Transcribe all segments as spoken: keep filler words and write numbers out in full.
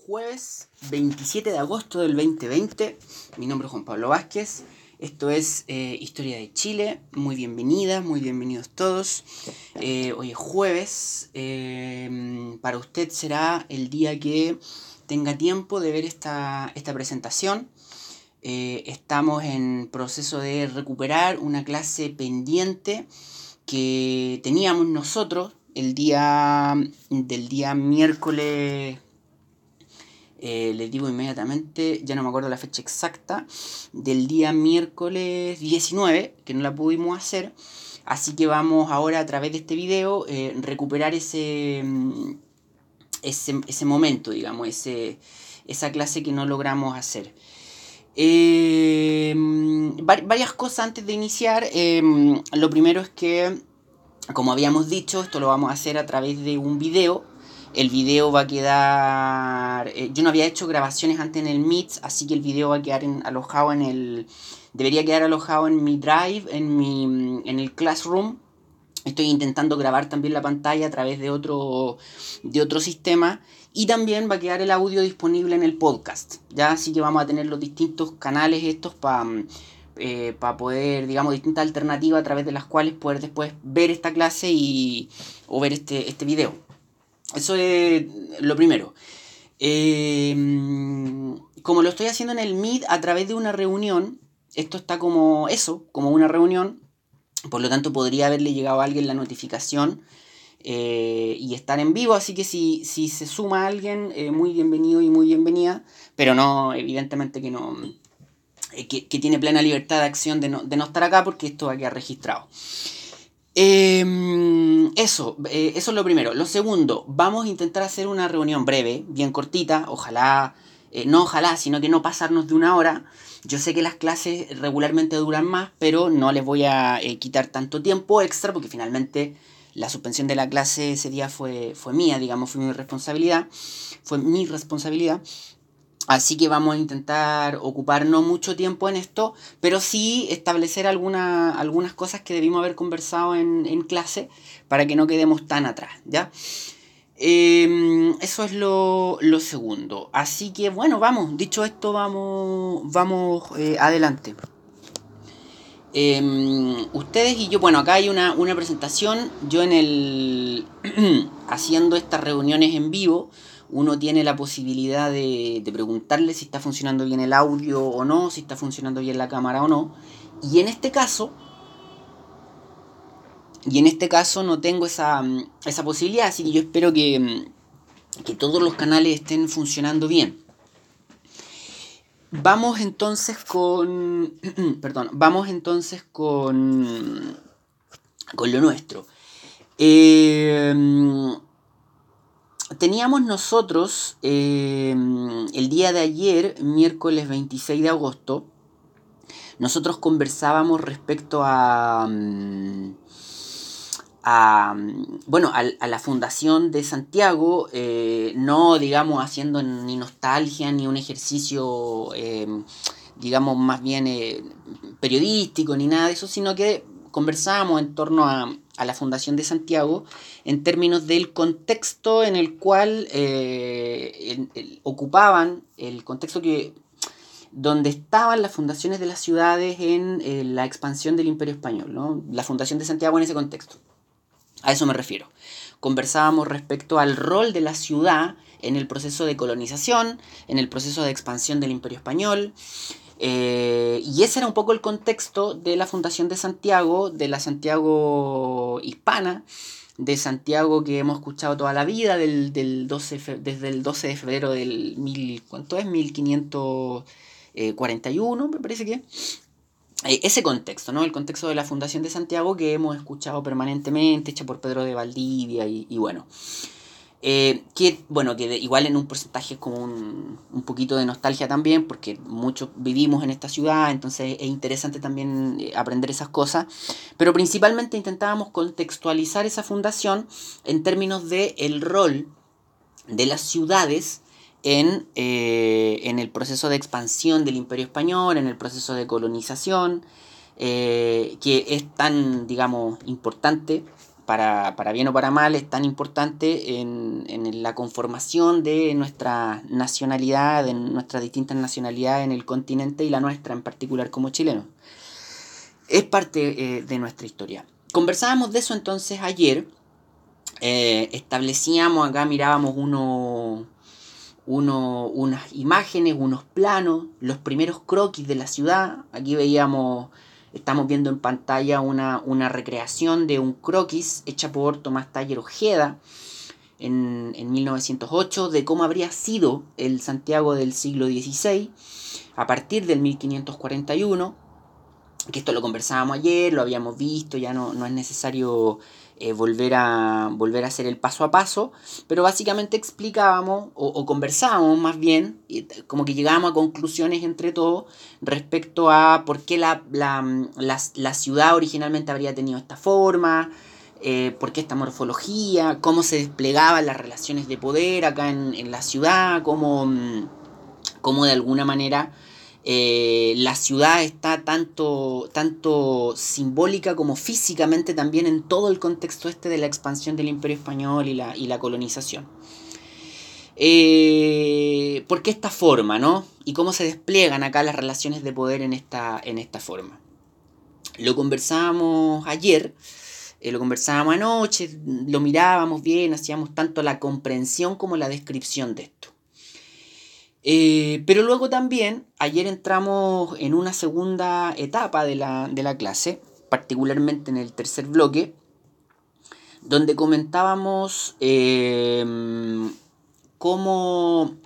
jueves veintisiete de agosto del veinte veinte. Mi nombre es Juan Pablo Vázquez. Esto es eh, Historia de Chile. Muy bienvenidas, muy bienvenidos todos. Eh, hoy es jueves. Eh, para usted será el día que tenga tiempo de ver esta, esta presentación. Eh, estamos en proceso de recuperar una clase pendiente que teníamos nosotros el día del día miércoles. Eh, les digo inmediatamente, ya no me acuerdo la fecha exacta, del día miércoles diecinueve, que no la pudimos hacer. Así que vamos ahora a través de este video eh, recuperar ese, ese, ese momento, digamos, ese, esa clase que no logramos hacer. Eh, varias cosas antes de iniciar. Eh, lo primero es que, como habíamos dicho, esto lo vamos a hacer a través de un video. El video va a quedar... Eh, yo no había hecho grabaciones antes en el Meet, así que el video va a quedar en, alojado en el... Debería quedar alojado en mi Drive, en, mi, en el Classroom. Estoy intentando grabar también la pantalla a través de otro, de otro sistema. Y también va a quedar el audio disponible en el podcast, ¿ya? Así que vamos a tener los distintos canales estos para... Eh, para poder, digamos, distintas alternativas a través de las cuales poder después ver esta clase y, o ver este, este video. Eso es lo primero. Eh, como lo estoy haciendo en el Meet a través de una reunión, esto está como eso, como una reunión, por lo tanto podría haberle llegado a alguien la notificación eh, y estar en vivo, así que si, si se suma alguien, eh, muy bienvenido y muy bienvenida, pero no, evidentemente que no... Que, que tiene plena libertad de acción de no, de no estar acá porque esto va a quedar registrado. Eh, eso, eh, eso es lo primero. Lo segundo, vamos a intentar hacer una reunión breve, bien cortita, ojalá, eh, no ojalá, sino que no pasarnos de una hora. Yo sé que las clases regularmente duran más, pero no les voy a eh, quitar tanto tiempo extra porque finalmente la suspensión de la clase ese día fue, fue mía, digamos, fue mi responsabilidad, fue mi responsabilidad. Así que vamos a intentar ocupar no mucho tiempo en esto, pero sí establecer alguna, algunas cosas que debimos haber conversado en, en clase para que no quedemos tan atrás, ¿ya? Eh, eso es lo, lo segundo. Así que bueno, vamos, dicho esto, vamos, vamos eh, adelante. Eh, ustedes y yo, bueno, acá hay una, una presentación. Yo en el... haciendo estas reuniones en vivo, uno tiene la posibilidad de, de preguntarle si está funcionando bien el audio o no, si está funcionando bien la cámara o no. Y en este caso, y en este caso no tengo esa, esa posibilidad, así que yo espero que, que todos los canales estén funcionando bien. Vamos entonces con... perdón, vamos entonces con... con lo nuestro. Eh, teníamos nosotros eh, el día de ayer, miércoles veintiséis de agosto, nosotros conversábamos respecto a, a bueno, a, a la fundación de Santiago, eh, no digamos haciendo ni nostalgia ni un ejercicio, eh, digamos más bien eh, periodístico ni nada de eso, sino que conversábamos en torno a, a la fundación de Santiago en términos del contexto en el cual eh, el, el, ocupaban, el contexto que donde estaban las fundaciones de las ciudades en eh, la expansión del Imperio Español, ¿no? La fundación de Santiago en ese contexto. A eso me refiero. Conversábamos respecto al rol de la ciudad en el proceso de colonización, en el proceso de expansión del Imperio Español. Eh, y ese era un poco el contexto de la fundación de Santiago, de la Santiago hispana, de Santiago que hemos escuchado toda la vida, del, del doce, desde el doce de febrero del mil, ¿cuánto es? mil quinientos cuarenta y uno, me parece que. Eh, ese contexto, ¿no? El contexto de la fundación de Santiago que hemos escuchado permanentemente, hecha por Pedro de Valdivia y, y bueno. Eh, que, bueno, que de, igual en un porcentaje es como un, un poquito de nostalgia también, porque muchos vivimos en esta ciudad, entonces es interesante también aprender esas cosas, pero principalmente intentábamos contextualizar esa fundación en términos de el rol de las ciudades en, eh, en el proceso de expansión del Imperio Español, en el proceso de colonización, eh, que es tan, digamos, importante para, para bien o para mal, es tan importante en, en la conformación de nuestra nacionalidad, de nuestras distintas nacionalidades en el continente y la nuestra en particular como chilenos. Es parte eh, de nuestra historia. Conversábamos de eso entonces ayer. Eh, establecíamos acá, mirábamos uno, uno, unas imágenes, unos planos, los primeros croquis de la ciudad. Aquí veíamos, estamos viendo en pantalla una, una recreación de un croquis hecha por Tomás Taller Ojeda en, en mil novecientos ocho, de cómo habría sido el Santiago del siglo dieciséis a partir del mil quinientos cuarenta y uno. Que esto lo conversábamos ayer, lo habíamos visto, ya no, no es necesario eh, volver, a, volver a hacer el paso a paso, pero básicamente explicábamos o, o conversábamos más bien, como que llegábamos a conclusiones entre todos respecto a por qué la, la, la, la ciudad originalmente habría tenido esta forma, eh, por qué esta morfología, cómo se desplegaban las relaciones de poder acá en, en la ciudad, cómo, cómo de alguna manera... Eh, la ciudad está tanto, tanto simbólica como físicamente también en todo el contexto este de la expansión del Imperio Español y la, y la colonización. Eh, ¿Por qué esta forma, no? Y cómo se despliegan acá las relaciones de poder en esta, en esta forma. Lo conversábamos ayer, eh, lo conversábamos anoche, lo mirábamos bien, hacíamos tanto la comprensión como la descripción de esto. Eh, pero luego también, ayer entramos en una segunda etapa de la, de la clase, particularmente en el tercer bloque, donde comentábamos eh, cómo,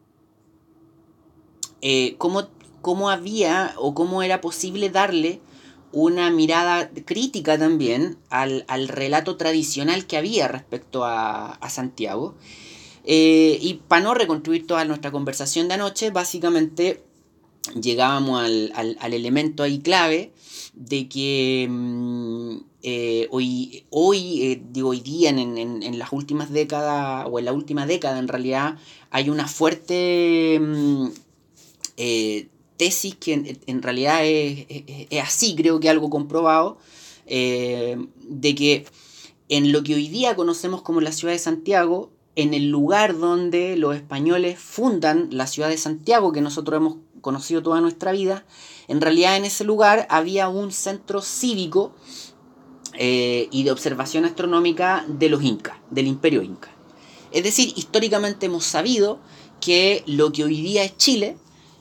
eh, cómo, cómo había o cómo era posible darle una mirada crítica también al, al relato tradicional que había respecto a, a Santiago. Eh, y para no reconstruir toda nuestra conversación de anoche, básicamente llegábamos al, al, al elemento ahí clave de que mmm, eh, hoy, hoy eh, digo, hoy día, en, en, en las últimas décadas, o en la última década en realidad, hay una fuerte mmm, eh, tesis que en, en realidad es, es, es, así, creo que algo comprobado, eh, de que en lo que hoy día conocemos como la ciudad de Santiago, en el lugar donde los españoles fundan la ciudad de Santiago, que nosotros hemos conocido toda nuestra vida, en realidad en ese lugar había un centro cívico eh, y de observación astronómica de los incas, del imperio inca. Es decir, históricamente hemos sabido que lo que hoy día es Chile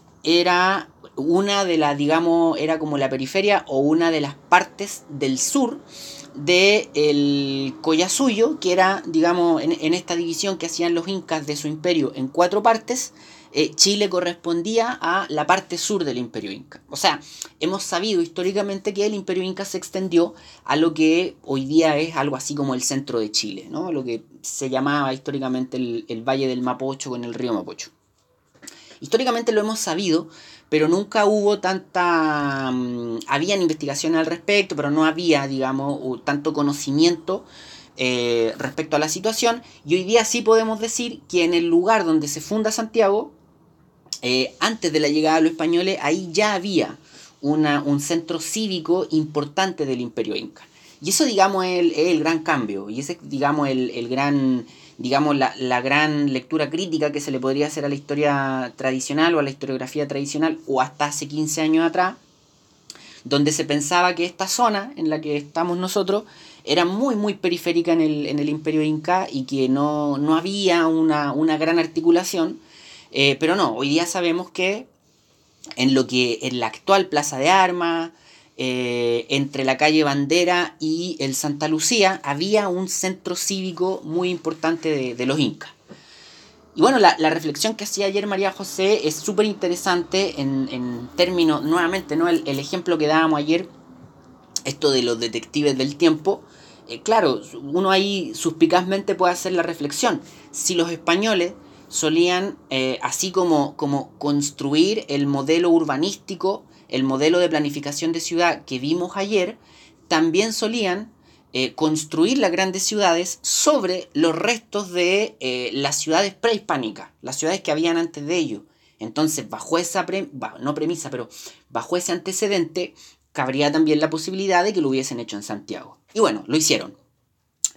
era una de las, digamos, era como la periferia o una de las partes del sur de el Collasuyo, que era, digamos, en, en esta división que hacían los incas de su imperio en cuatro partes, eh, Chile correspondía a la parte sur del imperio inca. O sea, hemos sabido históricamente que el imperio inca se extendió a lo que hoy día es algo así como el centro de Chile, ¿no? Lo que se llamaba históricamente el, el Valle del Mapocho con el río Mapocho. Históricamente lo hemos sabido, pero nunca hubo tanta... Um, habían investigaciones al respecto, pero no había, digamos, tanto conocimiento eh, respecto a la situación. Y hoy día sí podemos decir que en el lugar donde se funda Santiago, eh, antes de la llegada de los españoles, ahí ya había una, un centro cívico importante del Imperio Inca. Y eso, digamos, es el, es el gran cambio. Y ese es, digamos, el, el gran... digamos, la, la gran lectura crítica que se le podría hacer a la historia tradicional o a la historiografía tradicional, o hasta hace quince años atrás, donde se pensaba que esta zona en la que estamos nosotros era muy, muy periférica en el, en el Imperio Inca y que no, no había una, una gran articulación, eh, pero no, hoy día sabemos que en lo que en la actual Plaza de Armas, Eh, entre la calle Bandera y el Santa Lucía, había un centro cívico muy importante de, de los incas. Y bueno, la, la reflexión que hacía ayer María José es súper interesante en, en términos, nuevamente, ¿no? el, el ejemplo que dábamos ayer, esto de los detectives del tiempo. Eh, claro, uno ahí suspicazmente puede hacer la reflexión. Si los españoles solían, eh, así como, como construir el modelo urbanístico, el modelo de planificación de ciudad que vimos ayer, también solían eh, construir las grandes ciudades sobre los restos de eh, las ciudades prehispánicas, las ciudades que habían antes de ello. Entonces, bajo esa, pre, no premisa, pero bajo ese antecedente, cabría también la posibilidad de que lo hubiesen hecho en Santiago. Y bueno, lo hicieron.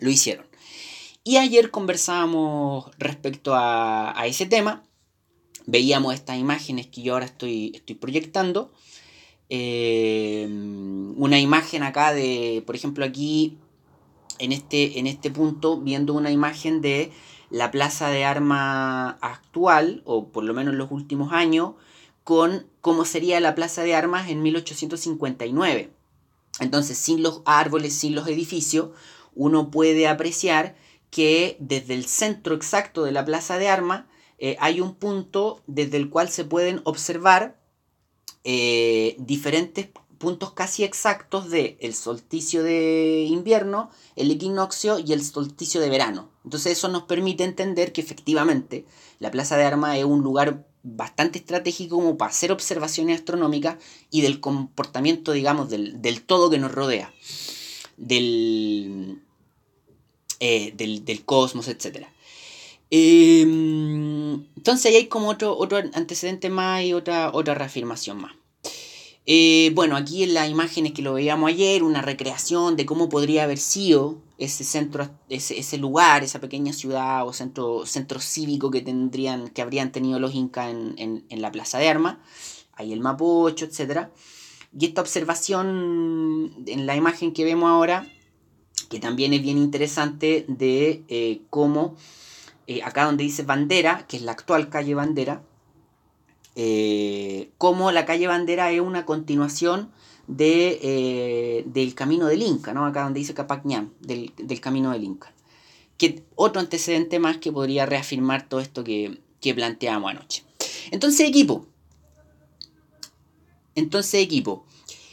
lo hicieron. Y ayer conversábamos respecto a, a ese tema. Veíamos estas imágenes que yo ahora estoy, estoy proyectando. Eh, una imagen acá de, por ejemplo, aquí en este, en este punto, viendo una imagen de la plaza de armas actual, o por lo menos en los últimos años, con cómo sería la plaza de armas en mil ochocientos cincuenta y nueve. Entonces, sin los árboles, sin los edificios, uno puede apreciar que desde el centro exacto de la plaza de armas eh, hay un punto desde el cual se pueden observar eh, diferentes puntos casi exactos de el solsticio de invierno, el equinoccio y el solsticio de verano. Entonces eso nos permite entender que efectivamente la Plaza de Armas es un lugar bastante estratégico como para hacer observaciones astronómicas y del comportamiento, digamos, del, del todo que nos rodea, del, eh, del, del cosmos, etcétera. Eh, entonces ahí hay como otro, otro antecedente más y otra, otra reafirmación más. Eh, bueno, aquí en las imágenes que lo veíamos ayer, una recreación de cómo podría haber sido ese centro, ese, ese lugar, esa pequeña ciudad o centro, centro cívico que tendrían, que habrían tenido los incas en, en, en la Plaza de Armas, ahí el Mapocho, etcétera. Y esta observación en la imagen que vemos ahora, que también es bien interesante de eh, cómo eh, acá donde dice Bandera, que es la actual calle Bandera, eh, cómo la calle Bandera es una continuación de, eh, del camino del Inca, ¿no? Acá donde dice Capacñán, del, del camino del Inca. Que otro antecedente más que podría reafirmar todo esto que, que planteamos anoche. Entonces, equipo. Entonces, equipo.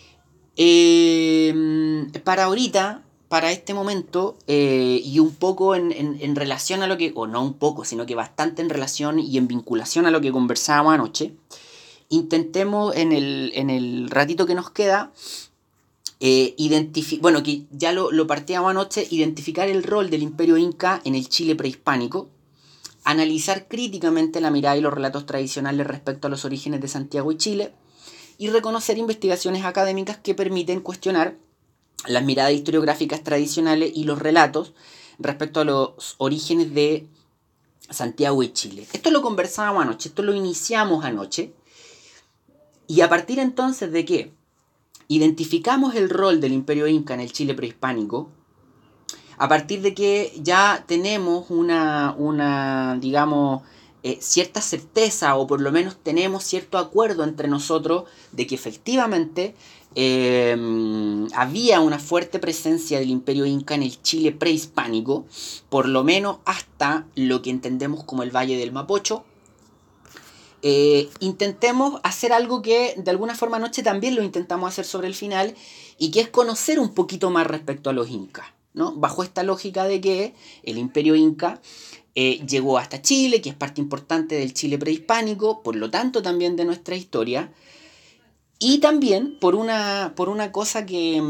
Eh, para ahorita, para este momento, eh, y un poco en, en, en relación a lo que, o no un poco, sino que bastante en relación y en vinculación a lo que conversábamos anoche, intentemos en el, en el ratito que nos queda, eh, identificar, bueno, que ya lo, lo partíamos anoche, identificar el rol del Imperio Inca en el Chile prehispánico, analizar críticamente la mirada y los relatos tradicionales respecto a los orígenes de Santiago y Chile, y reconocer investigaciones académicas que permiten cuestionar las miradas historiográficas tradicionales y los relatos respecto a los orígenes de Santiago y Chile. Esto lo conversábamos anoche, esto lo iniciamos anoche, y a partir entonces de que identificamos el rol del Imperio Inca en el Chile prehispánico, a partir de que ya tenemos una, una digamos, eh, cierta certeza, o por lo menos tenemos cierto acuerdo entre nosotros de que efectivamente eh, había una fuerte presencia del Imperio Inca en el Chile prehispánico, por lo menos hasta lo que entendemos como el Valle del Mapocho. Eh, intentemos hacer algo que de alguna forma anoche también lo intentamos hacer sobre el final, y que es conocer un poquito más respecto a los incas, ¿no? Bajo esta lógica de que el Imperio Inca eh, llegó hasta Chile, que es parte importante del Chile prehispánico, por lo tanto también de nuestra historia, y también por una, por una cosa que,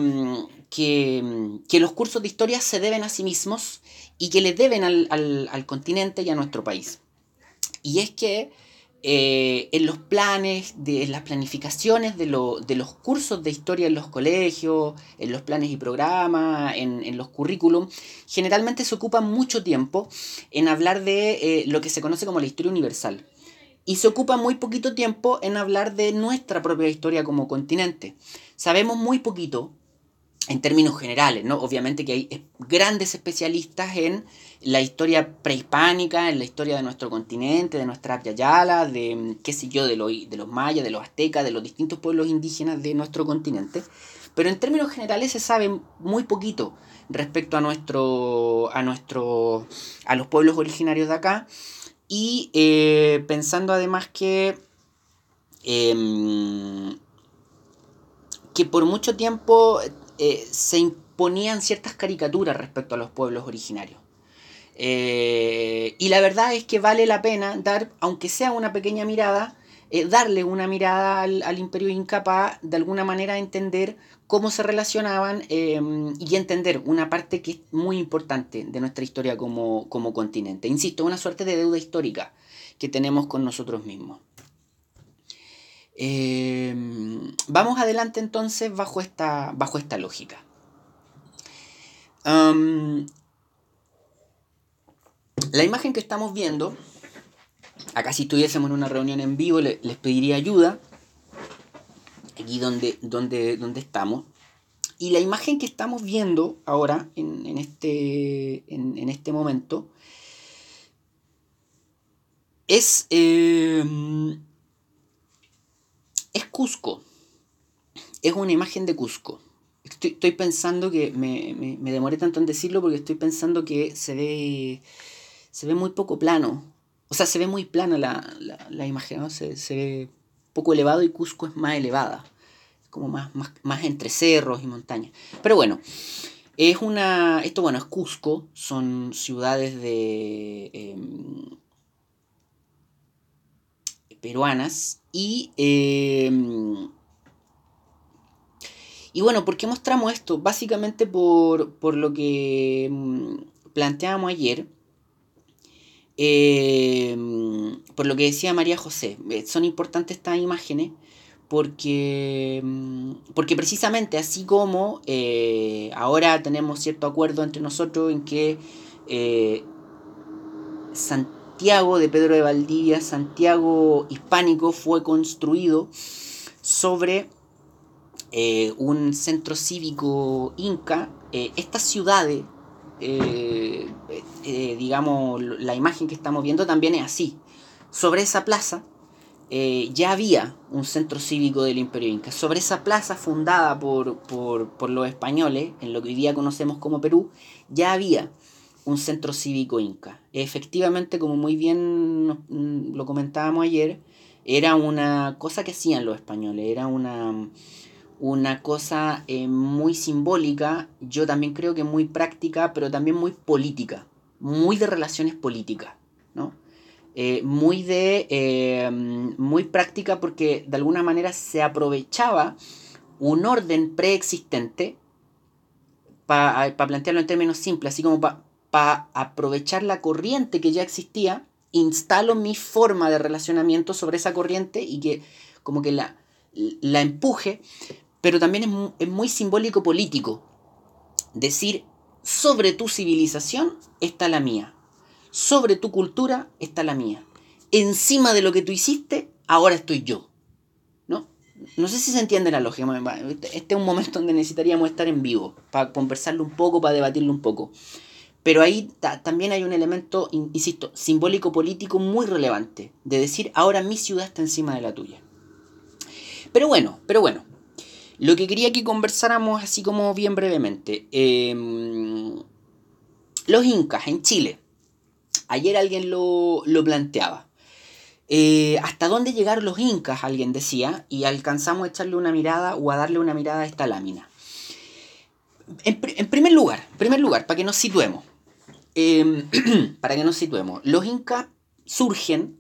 que, que los cursos de historia se deben a sí mismos y que le deben al, al, al continente y a nuestro país. Y es que eh, en los planes, de, en las planificaciones de, lo, de los cursos de historia en los colegios, en los planes y programas, en, en los currículum, generalmente se ocupa mucho tiempo en hablar de eh, lo que se conoce como la historia universal. Y se ocupa muy poquito tiempo en hablar de nuestra propia historia como continente. Sabemos muy poquito en términos generales, ¿no? Obviamente que hay grandes especialistas en la historia prehispánica, en la historia de nuestro continente, de nuestra Yayala, de qué sé yo, de, lo, de los mayas, de los aztecas, de los distintos pueblos indígenas de nuestro continente. Pero en términos generales se sabe muy poquito respecto a nuestro, a nuestro, a los pueblos originarios de acá. Y eh, pensando además que eh, que por mucho tiempo eh, se imponían ciertas caricaturas respecto a los pueblos originarios. Eh, y la verdad es que vale la pena dar, aunque sea una pequeña mirada, eh, darle una mirada al, al Imperio Inca para de alguna manera entender cómo se relacionaban eh, y entender una parte que es muy importante de nuestra historia como, como continente. Insisto, una suerte de deuda histórica que tenemos con nosotros mismos. Eh, vamos adelante entonces bajo esta, bajo esta lógica. Um, La imagen que estamos viendo, acá si estuviésemos en una reunión en vivo le, les pediría ayuda, aquí donde, donde, donde estamos. Y la imagen que estamos viendo ahora, en, en, este, en, en este momento, es, eh, es Cusco. Es una imagen de Cusco. Estoy, estoy pensando que, me, me, me demoré tanto en decirlo porque estoy pensando que se ve, se ve muy poco plano. O sea, se ve muy plana la, la, la imagen, ¿no? Se, se ve poco elevado y Cusco es más elevada. Como más, más, más entre cerros y montañas. Pero bueno, es una. Esto, bueno, es Cusco. Son ciudades de. Eh, peruanas. Y. Eh, y bueno, ¿por qué mostramos esto? Básicamente por, por lo que mm, planteábamos ayer. Eh, por lo que decía María José. Eh, son importantes estas imágenes porque, porque precisamente así como eh, ahora tenemos cierto acuerdo entre nosotros en que eh, Santiago de Pedro de Valdivia, Santiago hispánico, fue construido sobre eh, un centro cívico inca, eh, estas ciudades, eh, eh, digamos, la imagen que estamos viendo también es así. Sobre esa plaza eh, ya había un centro cívico del Imperio Inca. Sobre esa plaza fundada por, por, por los españoles, en lo que hoy día conocemos como Perú, ya había un centro cívico inca. Efectivamente, como muy bien lo comentábamos ayer, era una cosa que hacían los españoles, era una, una cosa eh, muy simbólica, yo también creo que muy práctica, pero también muy política, muy de relaciones políticas, ¿no? Eh, muy de eh, muy práctica porque de alguna manera se aprovechaba un orden preexistente para pa plantearlo en términos simples, así como para pa aprovechar la corriente que ya existía, instalo mi forma de relacionamiento sobre esa corriente y que como que la, la empuje, pero también es muy, es muy simbólico político. Decir, sobre tu civilización está la mía, sobre tu cultura está la mía, encima de lo que tú hiciste, ahora estoy yo. ¿No? No sé si se entiende la lógica. Este es un momento donde necesitaríamos estar en vivo, para conversarlo un poco, para debatirlo un poco. Pero ahí ta- también hay un elemento, insisto, simbólico-político muy relevante, de decir, ahora mi ciudad está encima de la tuya. Pero bueno, pero bueno, lo que quería que conversáramos así como bien brevemente. Eh, los incas en Chile. Ayer alguien lo, lo planteaba. Eh, ¿Hasta dónde llegaron los incas? Alguien decía, y alcanzamos a echarle una mirada o a darle una mirada a esta lámina. En, en primer lugar, primer lugar, para que nos situemos, eh, para que nos situemos, los incas surgen,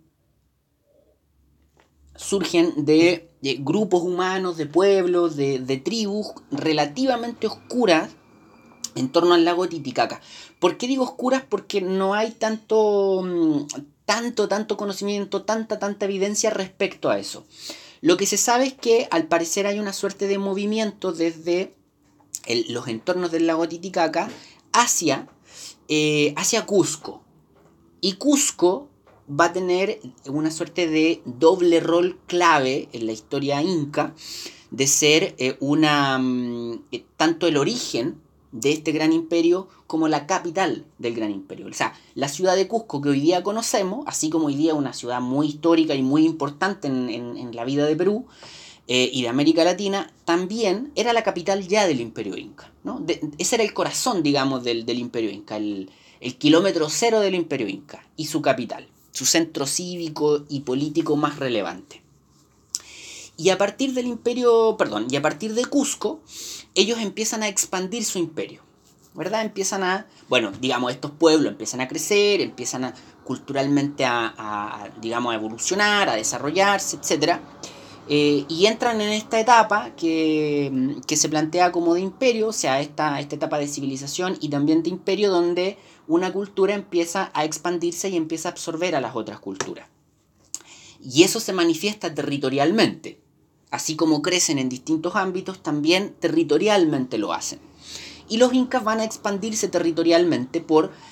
surgen de, de grupos humanos, de pueblos, de, de tribus relativamente oscuras en torno al lago Titicaca. ¿Por qué digo oscuras? Porque no hay tanto, tanto, tanto conocimiento, tanta, tanta evidencia respecto a eso. Lo que se sabe es que al parecer hay una suerte de movimiento desde el, los entornos del lago Titicaca hacia, eh, hacia Cusco. Y Cusco va a tener una suerte de doble rol clave en la historia inca, de ser eh, una eh, tanto el origen de este gran imperio como la capital del gran imperio. O sea, la ciudad de Cusco que hoy día conocemos, así como hoy día una ciudad muy histórica y muy importante en, en, en la vida de Perú eh, y de América Latina, también era la capital ya del imperio inca, ¿no? De, ese era el corazón, digamos, del, del imperio inca, el, el kilómetro cero del imperio inca y su capital, su centro cívico y político más relevante. Y a partir del imperio, perdón, y a partir de Cusco, ellos empiezan a expandir su imperio, ¿verdad? Empiezan a, bueno, digamos, estos pueblos empiezan a crecer, empiezan a culturalmente a, a digamos, a evolucionar, a desarrollarse, etcétera. Eh, y entran en esta etapa que, que se plantea como de imperio, o sea, esta, esta etapa de civilización y también de imperio, donde una cultura empieza a expandirse y empieza a absorber a las otras culturas. Y eso se manifiesta territorialmente. Así como crecen en distintos ámbitos, también territorialmente lo hacen. Y los incas van a expandirse territorialmente por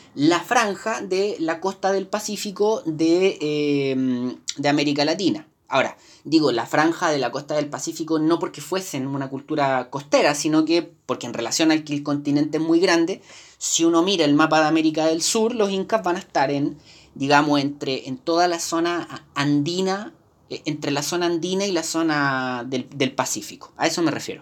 la franja de la costa del Pacífico de, eh, de América Latina. Ahora, digo la franja de la costa del Pacífico no porque fuesen una cultura costera, sino que porque en relación al que el continente es muy grande, si uno mira el mapa de América del Sur, los incas van a estar en, digamos, entre, en toda la zona andina, entre la zona andina y la zona del, del Pacífico. A eso me refiero.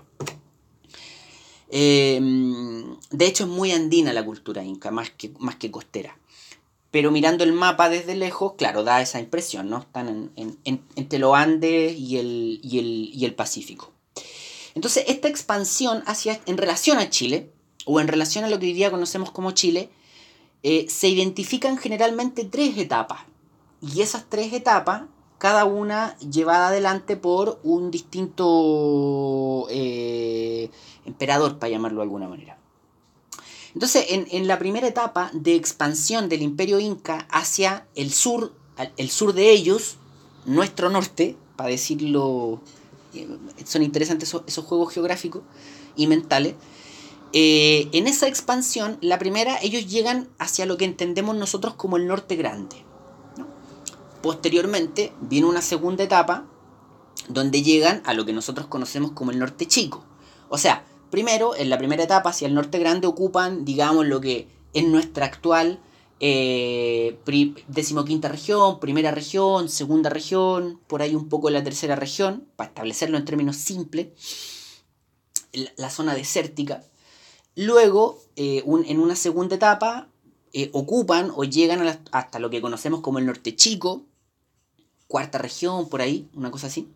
Eh, de hecho es muy andina la cultura inca, más que, más que costera. Pero mirando el mapa desde lejos, claro, da esa impresión, ¿no? Están en, en, en, entre los Andes y el, y, el, y el Pacífico. Entonces, esta expansión hacia, en relación a Chile, o en relación a lo que hoy día conocemos como Chile, eh, se identifican generalmente tres etapas. Y esas tres etapas, cada una llevada adelante por un distinto eh, emperador, para llamarlo de alguna manera. Entonces, en, en la primera etapa de expansión del imperio inca hacia el sur, el sur de ellos, nuestro norte, para decirlo, son interesantes esos, esos juegos geográficos y mentales. Eh, en esa expansión, la primera, ellos llegan hacia lo que entendemos nosotros como el norte grande, ¿no? Posteriormente, viene una segunda etapa donde llegan a lo que nosotros conocemos como el norte chico. O sea, primero, en la primera etapa, hacia el norte grande, ocupan, digamos, lo que es nuestra actual eh, decimoquinta región, primera región, segunda región, por ahí un poco la tercera región, para establecerlo en términos simples, la zona desértica. Luego, eh, un, en una segunda etapa, eh, ocupan o llegan a la, hasta lo que conocemos como el norte chico, cuarta región, por ahí, una cosa así.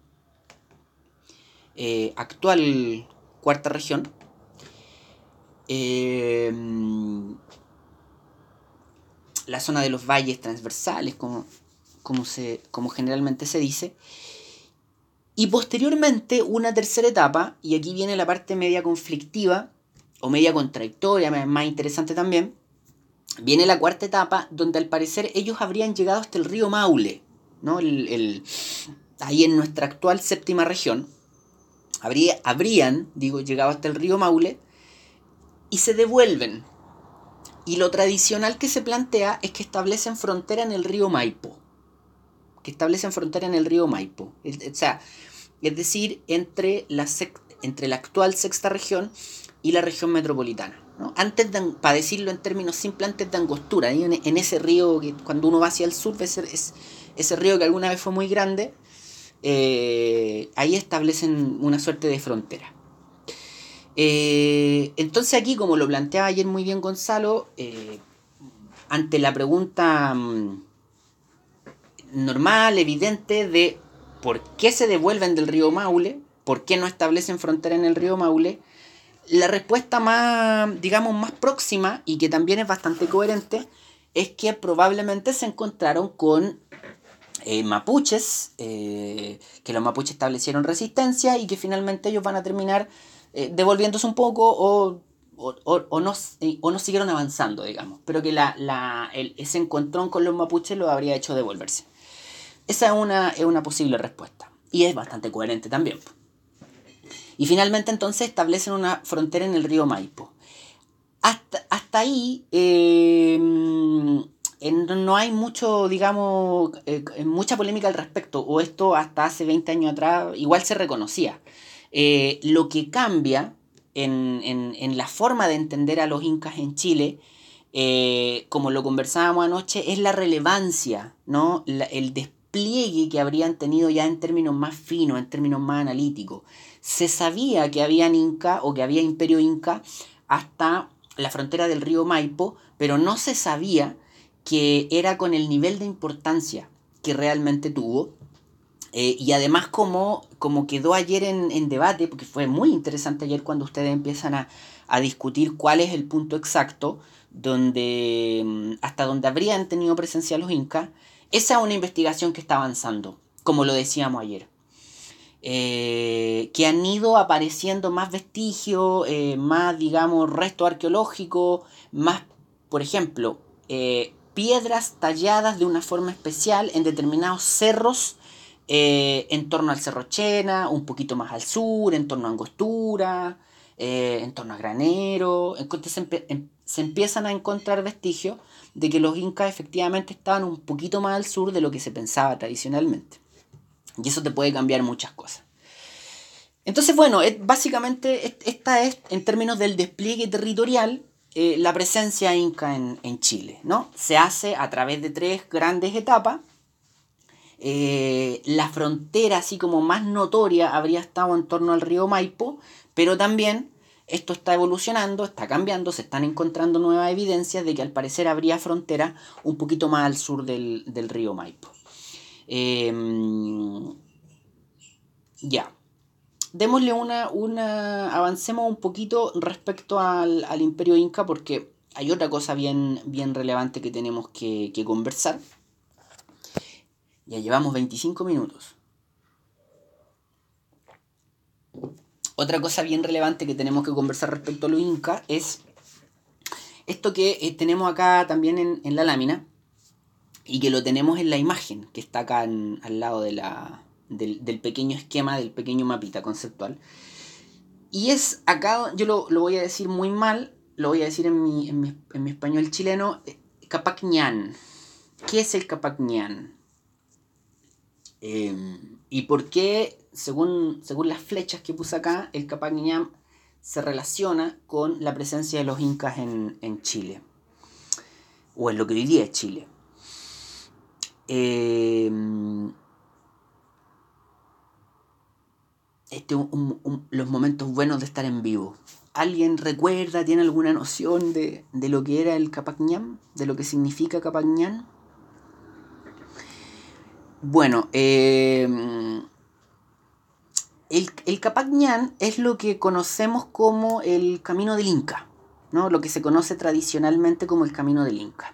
Eh, actual cuarta región. Eh, la zona de los valles transversales, como, como, se, como generalmente se dice. Y posteriormente, una tercera etapa, y aquí viene la parte media conflictiva, o media contradictoria, más interesante también. Viene la cuarta etapa, donde al parecer ellos habrían llegado hasta el río Maule, ¿no? El, el, ahí en nuestra actual séptima región. Habría, habrían, digo, llegado hasta el río Maule y se devuelven. Y lo tradicional que se plantea es que establecen frontera en el río Maipo. Que establecen frontera en el río Maipo. O sea, es decir, entre la, sec, entre la actual sexta región y la región metropolitana, ¿no? Antes de, para decirlo en términos simples, antes de Angostura, en, en ese río que cuando uno va hacia el sur, ese, es, ese río que alguna vez fue muy grande, eh, ahí establecen una suerte de frontera. Eh, entonces aquí, como lo planteaba ayer muy bien Gonzalo, eh, ante la pregunta mmm, normal, evidente, de por qué se devuelven del río Maule, por qué no establecen frontera en el río Maule, la respuesta más, digamos, más próxima y que también es bastante coherente es que probablemente se encontraron con eh, mapuches, eh, que los mapuches establecieron resistencia y que finalmente ellos van a terminar eh, devolviéndose un poco o, o, o, o, no, o no siguieron avanzando, digamos, pero que la, la, el, ese encontrón con los mapuches lo habría hecho devolverse. Esa es una, es una posible respuesta y es bastante coherente también. Y finalmente entonces establecen una frontera en el río Maipo. Hasta, hasta ahí eh, no hay mucho, digamos, eh, mucha polémica al respecto, o esto hasta hace veinte años atrás igual se reconocía. Eh, lo que cambia en, en, en la forma de entender a los incas en Chile, eh, como lo conversábamos anoche, es la relevancia, ¿no? La, el despliegue que habrían tenido ya en términos más finos, en términos más analíticos. Se sabía que había Inca o que había imperio Inca hasta la frontera del río Maipo, pero no se sabía que era con el nivel de importancia que realmente tuvo. Eh, y además como, como quedó ayer en, en debate, porque fue muy interesante ayer cuando ustedes empiezan a, a discutir cuál es el punto exacto donde, hasta donde habrían tenido presencia los incas, esa es una investigación que está avanzando, como lo decíamos ayer. Eh, que han ido apareciendo más vestigios, eh, más, digamos, restos arqueológicos, más, por ejemplo, eh, piedras talladas de una forma especial en determinados cerros, eh, en torno al Cerro Chena, un poquito más al sur, en torno a Angostura, eh, en torno a Granero. Entonces empe- em- se empiezan a encontrar vestigios de que los incas efectivamente estaban un poquito más al sur de lo que se pensaba tradicionalmente. Y eso te puede cambiar muchas cosas. Entonces, bueno, es, básicamente esta es, en términos del despliegue territorial, eh, la presencia inca en, en Chile, ¿no? Se hace a través de tres grandes etapas. Eh, la frontera así como más notoria habría estado en torno al río Maipo, pero también esto está evolucionando, está cambiando, se están encontrando nuevas evidencias de que al parecer habría frontera un poquito más al sur del, del río Maipo. Eh, ya. Démosle una, una. Avancemos un poquito respecto al, al Imperio Inca, porque hay otra cosa bien, bien relevante que tenemos que, que conversar. Ya llevamos veinticinco minutos. Otra cosa bien relevante que tenemos que conversar respecto a los incas es esto que eh, tenemos acá también en, en la lámina y que lo tenemos en la imagen que está acá en, al lado de la, del, del pequeño esquema, del pequeño mapita conceptual. Y es acá, yo lo, lo voy a decir muy mal, lo voy a decir en mi, en mi, en mi español chileno, eh, Capac Ñan. ¿Qué es el Capac Ñan? Eh, ¿Y por qué, según, según las flechas que puse acá, el Capac Ñan se relaciona con la presencia de los incas en, en Chile? O en lo que hoy día es Chile. Eh, este un, un, un, los momentos buenos de estar en vivo. ¿Alguien recuerda, tiene alguna noción de, de lo que era el Capac Ñan? ¿De lo que significa Capac Ñan? Bueno, eh, el, el Capac Ñan es lo que conocemos como el Camino del Inca, ¿no? Lo que se conoce tradicionalmente como el Camino del Inca.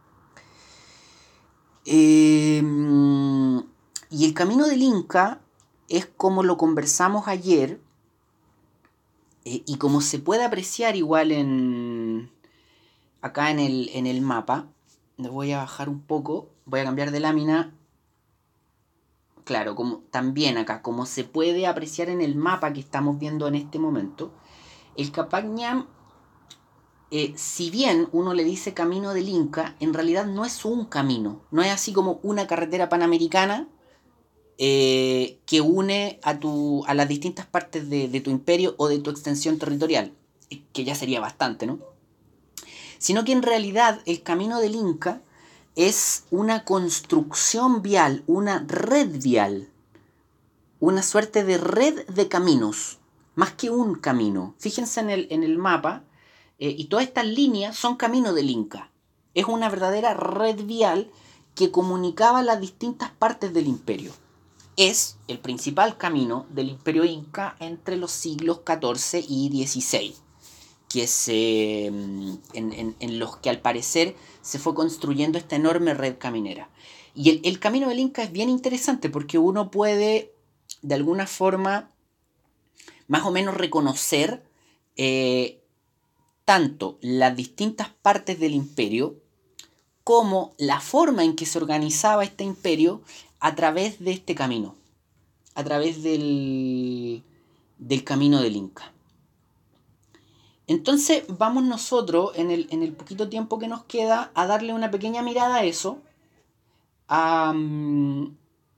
Eh, y el Camino del Inca es como lo conversamos ayer, eh, y como se puede apreciar igual en acá en el, en el mapa. Le voy a bajar un poco, voy a cambiar de lámina. Claro, como también acá, como se puede apreciar en el mapa que estamos viendo en este momento, el Capac Ñan, eh, si bien uno le dice Camino del Inca, en realidad no es un camino, no es así como una carretera panamericana eh, que une a, tu, a las distintas partes de, de tu imperio o de tu extensión territorial, que ya sería bastante, ¿no? Sino que en realidad el Camino del Inca es una construcción vial, una red vial, una suerte de red de caminos, más que un camino. Fíjense en el, en el mapa, eh, y todas estas líneas son camino del Inca. Es una verdadera red vial que comunicaba las distintas partes del imperio. Es el principal camino del imperio Inca entre los siglos catorce y dieciséis. Que se, en, en, en los que al parecer se fue construyendo esta enorme red caminera. Y el, el camino del Inca es bien interesante porque uno puede, de alguna forma, más o menos reconocer eh, tanto las distintas partes del imperio como la forma en que se organizaba este imperio a través de este camino, a través del, del camino del Inca. Entonces vamos nosotros, en el, en el poquito tiempo que nos queda, a darle una pequeña mirada a eso, a, um,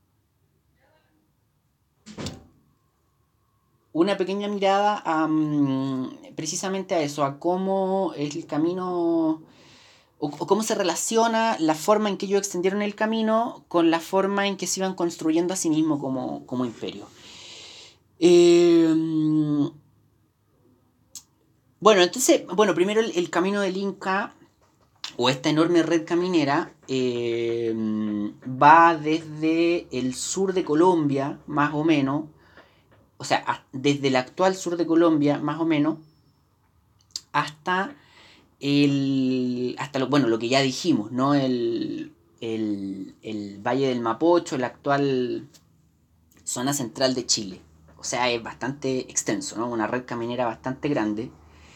una pequeña mirada a, um, precisamente a eso, a cómo el camino, o, o cómo se relaciona la forma en que ellos extendieron el camino con la forma en que se iban construyendo a sí mismos como, como imperio. Eh, bueno, entonces, bueno, primero el, el camino del Inca, o esta enorme red caminera, eh, va desde el sur de Colombia, más o menos, o sea, desde el actual sur de Colombia, más o menos, hasta el, hasta lo, bueno, lo que ya dijimos, ¿no? El, el, el Valle del Mapocho, la actual zona central de Chile. O sea, es bastante extenso, ¿no? Una red caminera bastante grande.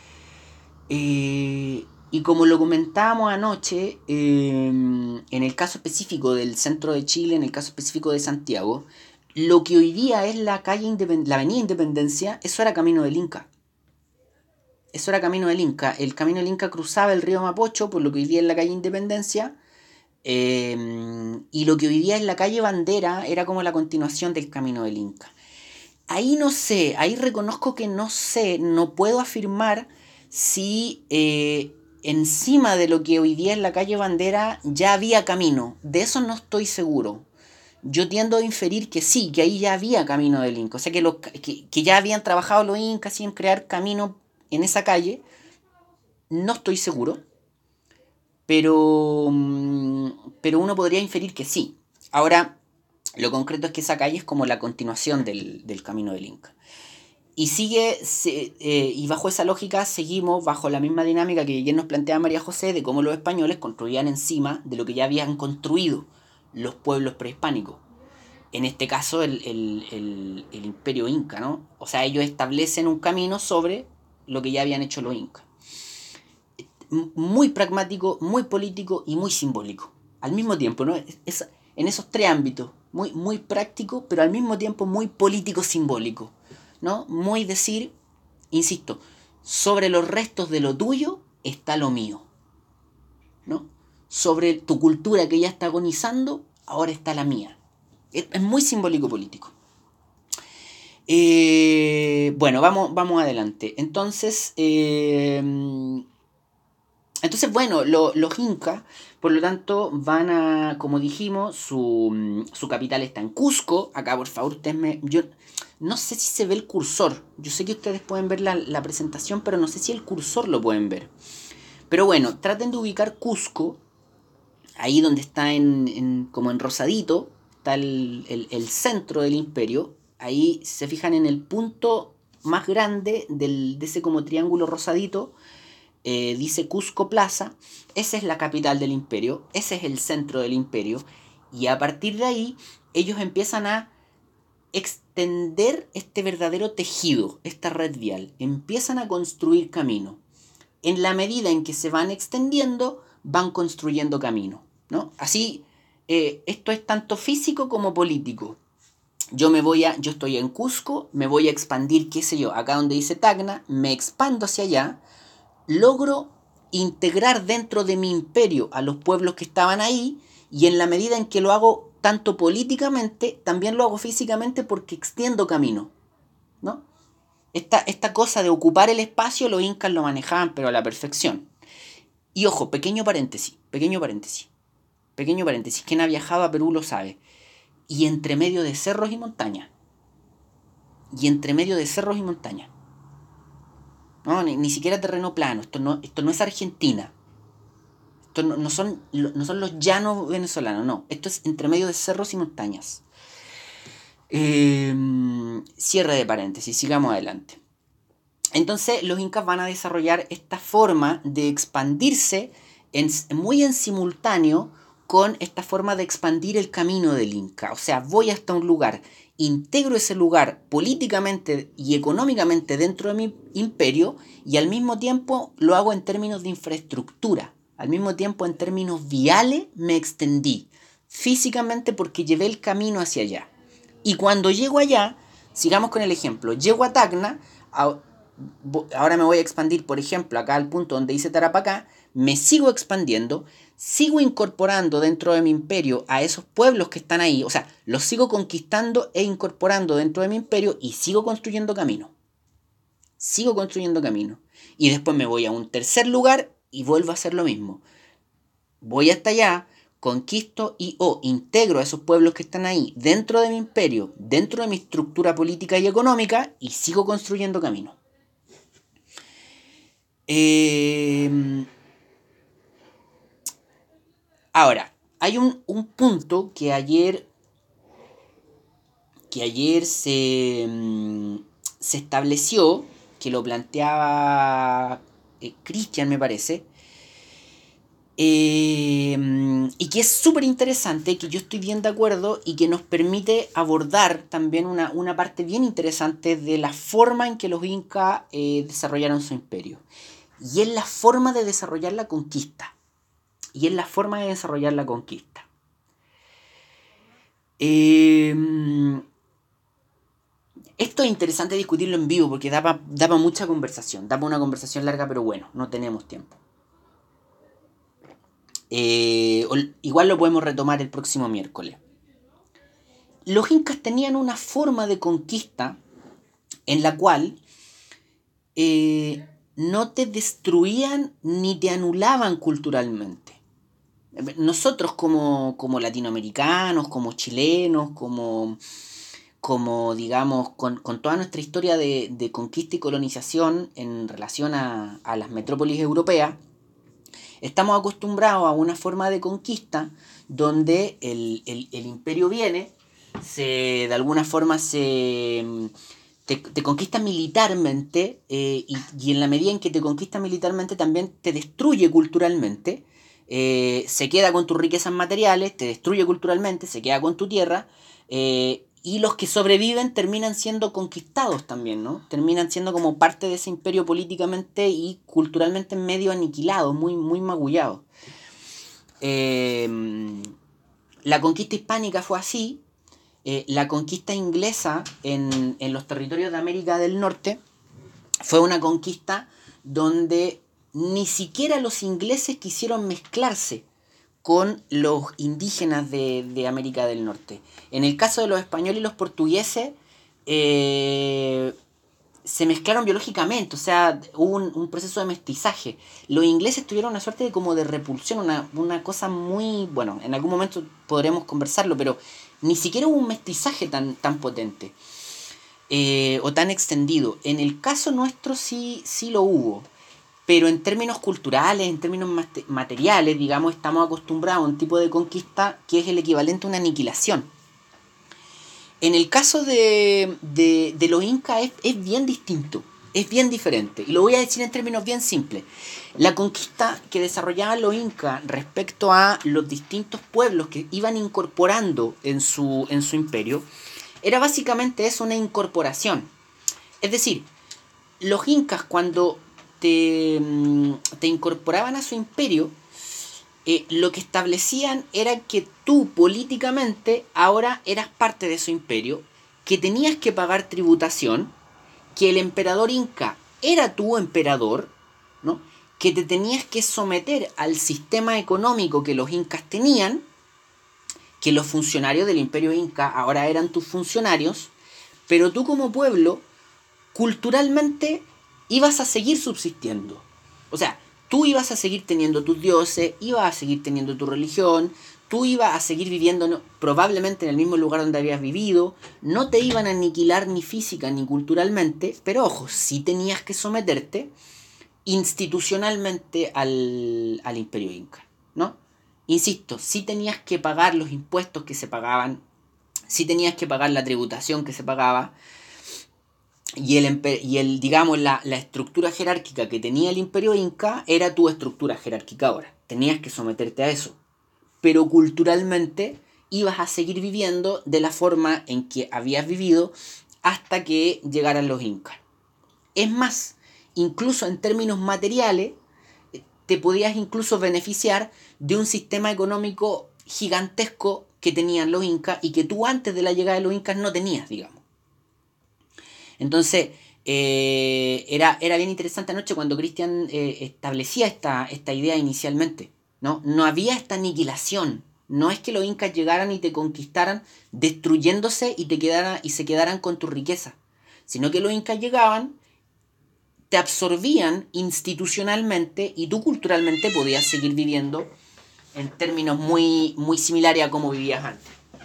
Eh, y como lo comentábamos anoche, eh, en el caso específico del centro de Chile, en el caso específico de Santiago, lo que hoy día es la calle Independ- la avenida Independencia, eso era camino del Inca. eso era Camino del Inca. El Camino del Inca cruzaba el río Mapocho, por lo que hoy día es la calle Independencia, eh, y lo que hoy día es la calle Bandera era como la continuación del Camino del Inca. Ahí no sé, ahí reconozco que no sé, no puedo afirmar si eh, encima de lo que hoy día es la calle Bandera ya había camino. De eso no estoy seguro. Yo tiendo a inferir que sí, que ahí ya había camino del Inca. O sea, que, los, que, que ya habían trabajado los incas en crear camino en esa calle. No estoy seguro, pero, mm, pero uno podría inferir que sí. Ahora, lo concreto es que esa calle es como la continuación del, del camino del Inca. Y sigue, se, eh, y bajo esa lógica seguimos bajo la misma dinámica que ayer nos planteaba María José de cómo los españoles construían encima de lo que ya habían construido los pueblos prehispánicos. En este caso el, el, el, el imperio inca, ¿no? O sea, ellos establecen un camino sobre lo que ya habían hecho los incas. Muy pragmático, muy político y muy simbólico. Al mismo tiempo, ¿no? Es, es en esos tres ámbitos, muy, muy práctico, pero al mismo tiempo muy político-simbólico, ¿no? Muy decir, insisto, sobre los restos de lo tuyo está lo mío, ¿no? Sobre tu cultura que ya está agonizando, ahora está la mía. Es, es muy simbólico político. Eh, bueno, vamos, vamos adelante. Entonces, eh, entonces bueno, lo, los incas, por lo tanto, van a, como dijimos, su, su capital está en Cusco. Acá, por favor, ustedes me... Yo no sé si se ve el cursor. Yo sé que ustedes pueden ver la, la presentación, pero no sé si el cursor lo pueden ver. Pero bueno, traten de ubicar Cusco, ahí donde está en, en como en rosadito, está el, el, el centro del imperio. Ahí se fijan en el punto más grande del, de ese como triángulo rosadito. Eh, dice Cusco Plaza. Esa es la capital del imperio, ese es el centro del imperio, y a partir de ahí ellos empiezan a extender este verdadero tejido, esta red vial, empiezan a construir camino. En la medida en que se van extendiendo, van construyendo camino, ¿no? Así, eh, esto es tanto físico como político. Yo me voy a, yo estoy en Cusco, me voy a expandir, qué sé yo, acá donde dice Tacna, me expando hacia allá, logro integrar dentro de mi imperio a los pueblos que estaban ahí, y en la medida en que lo hago tanto políticamente, también lo hago físicamente porque extiendo camino, ¿no? Esta, esta cosa de ocupar el espacio los incas lo manejaban pero a la perfección. Y ojo, pequeño paréntesis, pequeño paréntesis, pequeño paréntesis, quien ha viajado a Perú lo sabe. Y entre medio de cerros y montañas. Y entre medio de cerros y montañas. No, ni, ni siquiera terreno plano. Esto no, esto no es Argentina. Esto no, no, son, no son los llanos venezolanos, no. Esto es entre medio de cerros y montañas. Eh, cierre de paréntesis, sigamos adelante. Entonces los incas van a desarrollar esta forma de expandirse en, muy en simultáneo con esta forma de expandir el camino del inca. O sea, voy hasta un lugar, integro ese lugar políticamente y económicamente dentro de mi imperio, y al mismo tiempo lo hago en términos de infraestructura. Al mismo tiempo, en términos viales, me extendí físicamente porque llevé el camino hacia allá. Y cuando llego allá, sigamos con el ejemplo, llego a Tacna, a, ahora me voy a expandir, por ejemplo, acá al punto donde dice Tarapacá, me sigo expandiendo, sigo incorporando dentro de mi imperio a esos pueblos que están ahí, o sea, los sigo conquistando e incorporando dentro de mi imperio y sigo construyendo camino. Sigo construyendo camino. Y después me voy a un tercer lugar y vuelvo a hacer lo mismo. Voy hasta allá, conquisto y o oh, integro a esos pueblos que están ahí dentro de mi imperio, dentro de mi estructura política y económica, y sigo construyendo camino. Eh, ahora, hay un, un punto que ayer que ayer se, se estableció, que lo planteaba eh, Cristian, me parece, eh, y que es súper interesante, que yo estoy bien de acuerdo y que nos permite abordar también una, una parte bien interesante de la forma en que los incas eh, desarrollaron su imperio. Y es la forma de desarrollar la conquista. Y es la forma de desarrollar la conquista. Eh, esto esto es interesante discutirlo en vivo porque da para da pa mucha conversación, da para una conversación larga, pero bueno, no tenemos tiempo. Eh, igual lo podemos retomar el próximo miércoles. Los incas tenían una forma de conquista en la cual eh, no te destruían ni te anulaban culturalmente. Nosotros como, como latinoamericanos, como chilenos, como, como digamos, con, con toda nuestra historia de, de conquista y colonización en relación a, a las metrópolis europeas, estamos acostumbrados a una forma de conquista donde el, el, el imperio viene, se, de alguna forma se te, te conquista militarmente eh, y, y en la medida en que te conquista militarmente también te destruye culturalmente, eh, se queda con tus riquezas materiales, te destruye culturalmente, se queda con tu tierra, eh, y los que sobreviven terminan siendo conquistados también, ¿no? Terminan siendo como parte de ese imperio políticamente y culturalmente medio aniquilado, muy, muy magullado. Eh, la conquista hispánica fue así. Eh, la conquista inglesa en, en los territorios de América del Norte fue una conquista donde ni siquiera los ingleses quisieron mezclarse con los indígenas de, de América del Norte. En el caso de los españoles y los portugueses, eh, se mezclaron biológicamente, o sea, hubo un, un proceso de mestizaje. Los ingleses tuvieron una suerte de como de repulsión, una, una cosa muy, bueno, en algún momento podremos conversarlo, pero ni siquiera hubo un mestizaje tan, tan potente eh, o tan extendido. En el caso nuestro sí, sí lo hubo. Pero en términos culturales, en términos materiales, digamos, estamos acostumbrados a un tipo de conquista que es el equivalente a una aniquilación. En el caso de, de, de los incas es, es bien distinto, es bien diferente. Y lo voy a decir en términos bien simples. La conquista que desarrollaban los incas respecto a los distintos pueblos que iban incorporando en su, en su imperio, era básicamente eso, una incorporación. Es decir, los incas cuando te, te incorporaban a su imperio, eh, lo que establecían era que tú políticamente ahora eras parte de su imperio, que tenías que pagar tributación, que el emperador inca era tu emperador, ¿no? Que te tenías que someter al sistema económico que los incas tenían, que los funcionarios del imperio inca ahora eran tus funcionarios, pero tú como pueblo, culturalmente ibas a seguir subsistiendo. O sea, tú ibas a seguir teniendo tus dioses, ibas a seguir teniendo tu religión, tú ibas a seguir viviendo probablemente en el mismo lugar donde habías vivido, no te iban a aniquilar ni física ni culturalmente, pero ojo, sí tenías que someterte institucionalmente al, al imperio inca, ¿no? Insisto, sí tenías que pagar los impuestos que se pagaban, sí tenías que pagar la tributación que se pagaba, y el, y el digamos, la, la estructura jerárquica que tenía el imperio inca era tu estructura jerárquica ahora. Tenías que someterte a eso. Pero culturalmente ibas a seguir viviendo de la forma en que habías vivido hasta que llegaran los incas. Es más, incluso en términos materiales, te podías incluso beneficiar de un sistema económico gigantesco que tenían los incas y que tú antes de la llegada de los incas no tenías, digamos. Entonces, eh, era, era bien interesante anoche cuando Cristian eh, establecía esta, esta idea inicialmente, ¿no? No había esta aniquilación. No es que los incas llegaran y te conquistaran destruyéndose y, te quedaran, y se quedaran con tu riqueza, sino que los incas llegaban, te absorbían institucionalmente y tú culturalmente podías seguir viviendo en términos muy, muy similares a como vivías antes.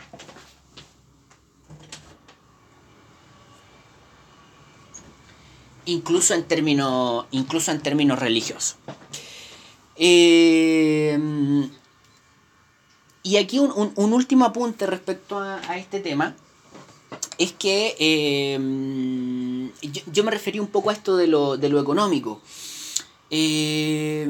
Incluso en términos, incluso en términos religiosos. Eh, y aquí un, un, un último apunte respecto a, a este tema es que eh, yo, yo me referí un poco a esto de lo, de lo económico. Eh,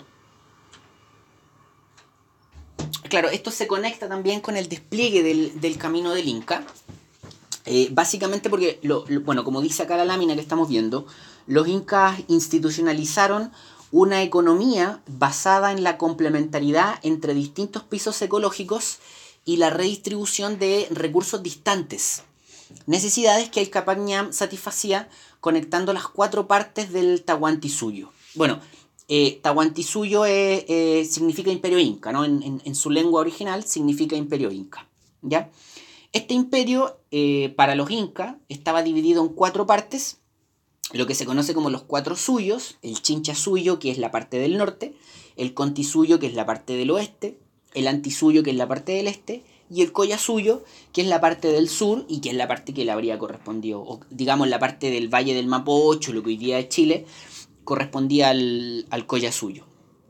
claro, esto se conecta también con el despliegue del, del camino del Inca. Eh, básicamente porque, lo, lo, bueno, como dice acá la lámina que estamos viendo, los incas institucionalizaron una economía basada en la complementariedad entre distintos pisos ecológicos y la redistribución de recursos distantes. necesidades que el Capac Ñam satisfacía conectando las cuatro partes del Tahuantinsuyo. Bueno, eh, Tahuantinsuyo es, eh, significa imperio inca, ¿no? En, en, en su lengua original significa imperio inca, ¿ya? Este imperio, eh, para los incas, estaba dividido en cuatro partes, lo que se conoce como los cuatro suyos: el Chinchasuyo, que es la parte del norte, el Contisuyo, que es la parte del oeste, el Antisuyo, que es la parte del este, y el Collasuyo, que es la parte del sur y que es la parte que le habría correspondido, o digamos la parte del Valle del Mapocho, lo que hoy día es Chile, correspondía al, al Collasuyo.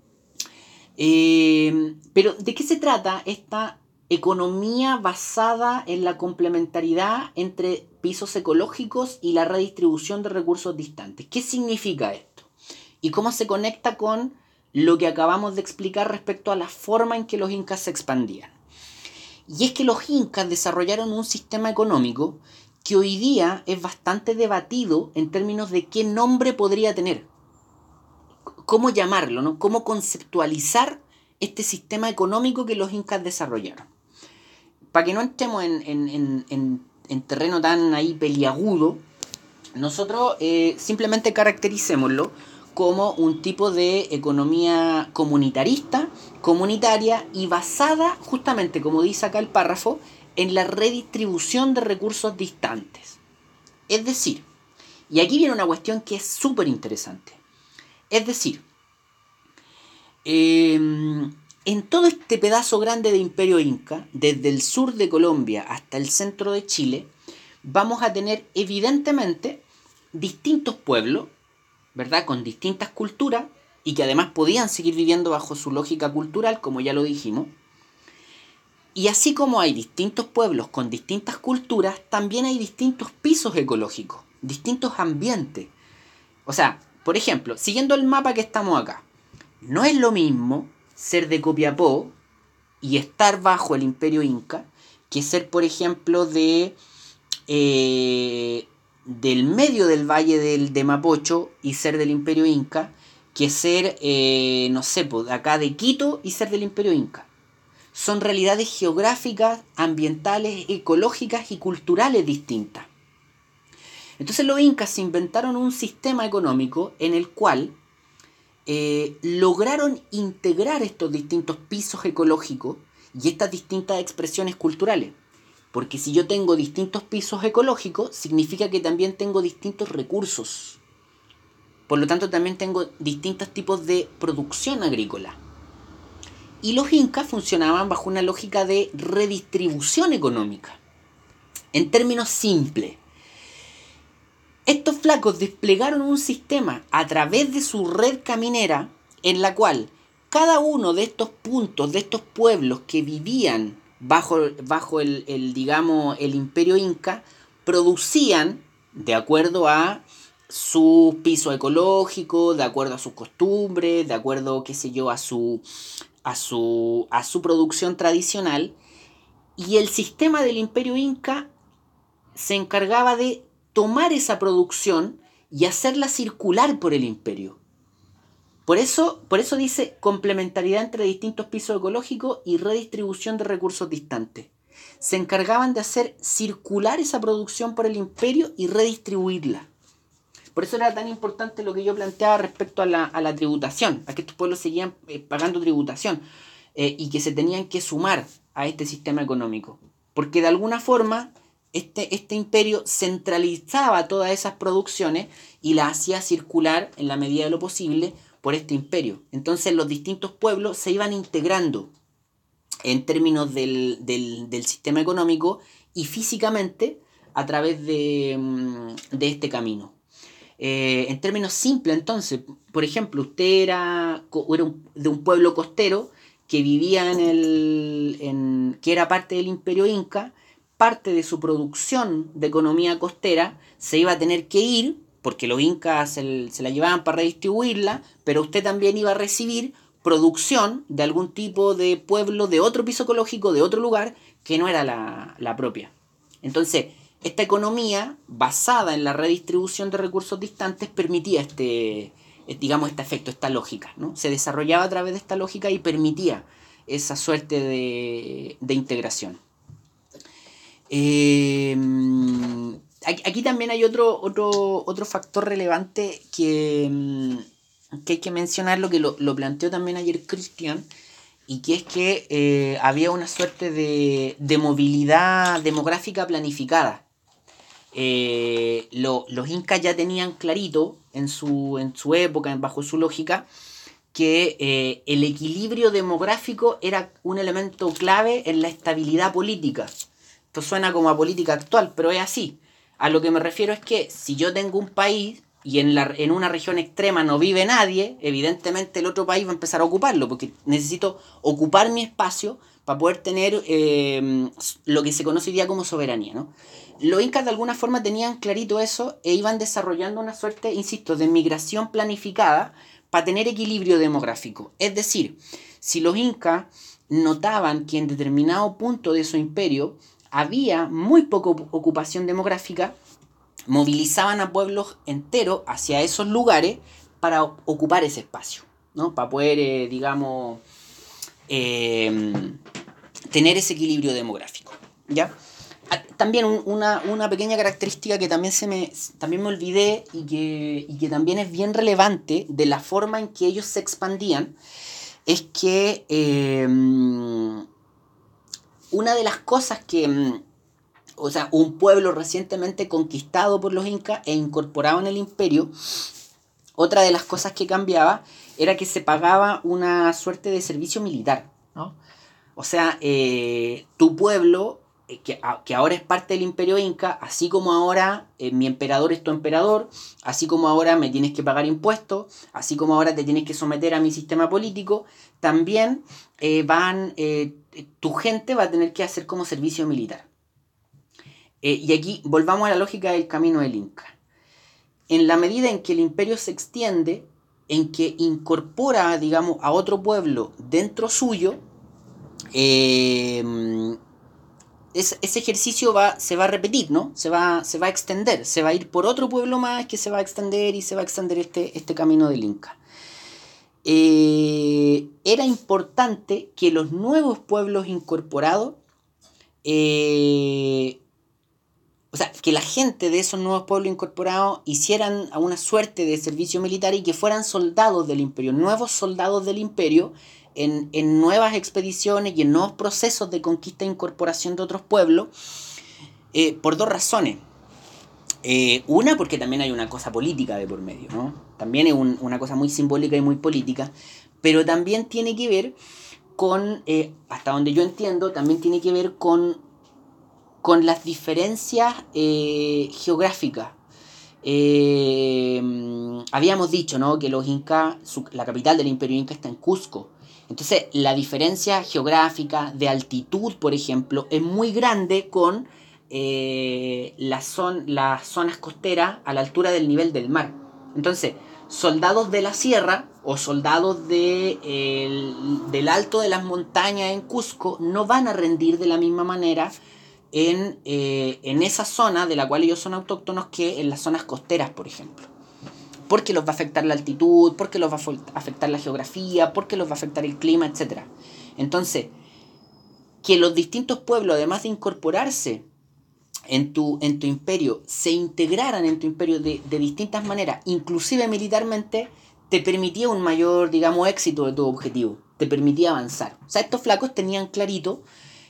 Eh, pero, ¿de qué se trata esta economía basada en la complementariedad entre pisos ecológicos y la redistribución de recursos distantes? ¿Qué significa esto? ¿Y cómo se conecta con lo que acabamos de explicar respecto a la forma en que los incas se expandían? Y es que los incas desarrollaron un sistema económico que hoy día es bastante debatido en términos de qué nombre podría tener. ¿Cómo llamarlo, ¿no? ¿Cómo conceptualizar este sistema económico que los incas desarrollaron? Para que no entremos en, en, en, en, en terreno tan ahí peliagudo, nosotros eh, simplemente caractericémoslo como un tipo de economía comunitarista, comunitaria y basada, justamente como dice acá el párrafo, en la redistribución de recursos distantes. Es decir, y aquí viene una cuestión que es súper interesante. Es decir, eh, en todo este pedazo grande de imperio inca, desde el sur de Colombia hasta el centro de Chile, vamos a tener evidentemente distintos pueblos, ¿verdad? Con distintas culturas y que además podían seguir viviendo bajo su lógica cultural, como ya lo dijimos. Y así como hay distintos pueblos con distintas culturas, también hay distintos pisos ecológicos, distintos ambientes. O sea, por ejemplo, siguiendo el mapa que estamos acá, no es lo mismo ser de Copiapó y estar bajo el imperio inca que ser, por ejemplo, de eh, del medio del valle del, de Mapocho y ser del imperio inca, que ser, eh, no sé, pues, acá de Quito y ser del imperio inca. Son realidades geográficas, ambientales, ecológicas y culturales distintas. Entonces los incas se inventaron un sistema económico en el cual eh, lograron integrar estos distintos pisos ecológicos y estas distintas expresiones culturales. Porque si yo tengo distintos pisos ecológicos, significa que también tengo distintos recursos. Por lo tanto, también tengo distintos tipos de producción agrícola. Y los incas funcionaban bajo una lógica de redistribución económica. En términos simples, estos flacos desplegaron un sistema a través de su red caminera en la cual cada uno de estos puntos, de estos pueblos que vivían bajo, bajo el, el, digamos, el imperio inca, producían de acuerdo a su piso ecológico, de acuerdo a sus costumbres, de acuerdo, qué sé yo, a su, a su, a su producción tradicional. Y el sistema del imperio inca se encargaba de tomar esa producción y hacerla circular por el imperio. Por eso, por eso dice complementariedad entre distintos pisos ecológicos y redistribución de recursos distantes. Se encargaban de hacer circular esa producción por el imperio y redistribuirla. Por eso era tan importante lo que yo planteaba respecto a la, a la tributación, a que estos pueblos seguían eh, pagando tributación eh, y que se tenían que sumar a este sistema económico. Porque de alguna forma este, este imperio centralizaba todas esas producciones y las hacía circular en la medida de lo posible por este imperio. Entonces los distintos pueblos se iban integrando en términos del, del, del sistema económico y físicamente a través de, de este camino. Eh, en términos simples, entonces, por ejemplo, usted era, era un, de un pueblo costero que vivía en el, en, que era parte del imperio inca. Parte de su producción de economía costera se iba a tener que ir, porque los incas se, se la llevaban para redistribuirla, pero usted también iba a recibir producción de algún tipo de pueblo, de otro piso ecológico, de otro lugar, que no era la, la propia. Entonces, esta economía, basada en la redistribución de recursos distantes, permitía este, digamos, este efecto, esta lógica, ¿no? Se desarrollaba a través de esta lógica y permitía esa suerte de, de integración. Eh, aquí, aquí también hay otro, otro, otro factor relevante que, que hay que mencionar, lo que lo, lo planteó también ayer Cristian, y que es que eh, había una suerte de, de movilidad demográfica planificada. Eh, lo, los incas ya tenían clarito en su, en su época, bajo su lógica, que eh, el equilibrio demográfico era un elemento clave en la estabilidad política. Esto suena como a política actual, pero es así. A lo que me refiero es que si yo tengo un país y en, la, en una región extrema no vive nadie, evidentemente el otro país va a empezar a ocuparlo, porque necesito ocupar mi espacio para poder tener eh, lo que se conoce hoy día como soberanía, ¿no? Los incas de alguna forma tenían clarito eso e iban desarrollando una suerte, insisto, de migración planificada para tener equilibrio demográfico. Es decir, si los incas notaban que en determinado punto de su imperio había muy poca ocupación demográfica, movilizaban a pueblos enteros hacia esos lugares para ocupar ese espacio, ¿no? Para poder, eh, digamos, eh, tener ese equilibrio demográfico, ¿ya? También una, una pequeña característica que también, se me, también me olvidé y que, y que también es bien relevante de la forma en que ellos se expandían, es que eh, una de las cosas que, o sea, un pueblo recientemente conquistado por los incas e incorporado en el imperio, otra de las cosas que cambiaba era que se pagaba una suerte de servicio militar, ¿no? O sea, eh, tu pueblo, eh, que, a, que ahora es parte del imperio inca, así como ahora eh, mi emperador es tu emperador, así como ahora me tienes que pagar impuestos, así como ahora te tienes que someter a mi sistema político, también eh, van, eh, tu gente va a tener que hacer como servicio militar. Eh, y aquí volvamos a la lógica del camino del Inca. En la medida en que el imperio se extiende, en que incorpora, digamos, a otro pueblo dentro suyo, eh, es, ese ejercicio va, se va a repetir, ¿no? Se va, se va a extender, se va a ir por otro pueblo más que se va a extender y se va a extender este, este camino del Inca. Eh, era importante que los nuevos pueblos incorporados eh, o sea, que la gente de esos nuevos pueblos incorporados hicieran a una suerte de servicio militar y que fueran soldados del imperio, nuevos soldados del imperio en, en nuevas expediciones y en nuevos procesos de conquista e incorporación de otros pueblos, eh, por dos razones. Eh, una, porque también hay una cosa política de por medio, ¿no? También es un, una cosa muy simbólica y muy política, pero también tiene que ver con, eh, hasta donde yo entiendo, también tiene que ver con con las diferencias eh, geográficas. Eh, habíamos dicho, ¿no?, que los incas, su, la capital del imperio inca está en Cusco. Entonces, la diferencia geográfica de altitud, por ejemplo, es muy grande con eh, la zon, las zonas costeras a la altura del nivel del mar. Entonces, soldados de la sierra o soldados de, el, del alto de las montañas en Cusco no van a rendir de la misma manera En, eh, en esa zona de la cual ellos son autóctonos que en las zonas costeras, por ejemplo. Porque los va a afectar la altitud, porque los va a afectar la geografía, porque los va a afectar el clima, etcétera. Entonces, que los distintos pueblos, además de incorporarse en tu, en tu imperio, se integraran en tu imperio de, de distintas maneras, inclusive militarmente, te permitía un mayor, digamos, éxito de tu objetivo. Te permitía avanzar. O sea, estos flacos tenían clarito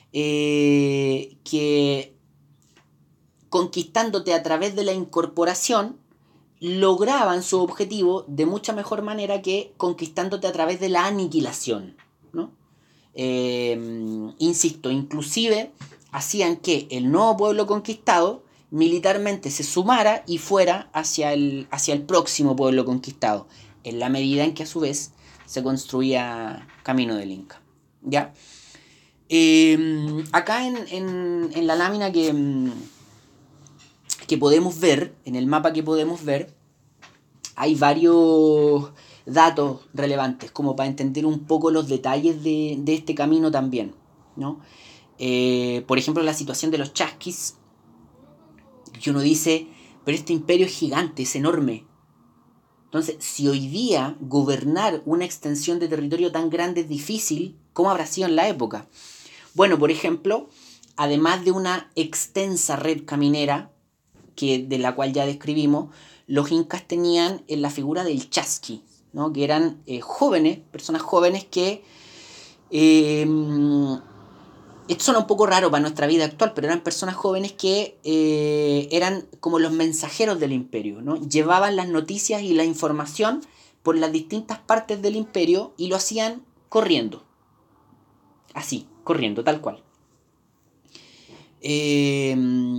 Eh, que conquistándote a través de la incorporación lograban su objetivo de mucha mejor manera que conquistándote a través de la aniquilación, ¿no? Eh, insisto, inclusive hacían que el nuevo pueblo conquistado militarmente se sumara y fuera hacia el, hacia el próximo pueblo conquistado, en la medida en que a su vez se construía Camino del Inca, ¿ya? Eh, acá en, en, en la lámina que, que podemos ver, en el mapa que podemos ver, hay varios datos relevantes, como para entender un poco los detalles de, de este camino también, ¿no? Eh, por ejemplo, la situación de los chasquis, que uno dice, pero este imperio es gigante, es enorme. Entonces, si hoy día gobernar una extensión de territorio tan grande es difícil, ¿cómo habrá sido en la época? Bueno, por ejemplo, además de una extensa red caminera que, de la cual ya describimos, los incas tenían en la figura del chasqui, ¿no? Que eran eh, jóvenes, personas jóvenes que... Eh, esto suena un poco raro para nuestra vida actual, pero eran personas jóvenes que eh, eran como los mensajeros del imperio, ¿no? Llevaban las noticias y la información por las distintas partes del imperio y lo hacían corriendo. Así, corriendo, tal cual. Eh,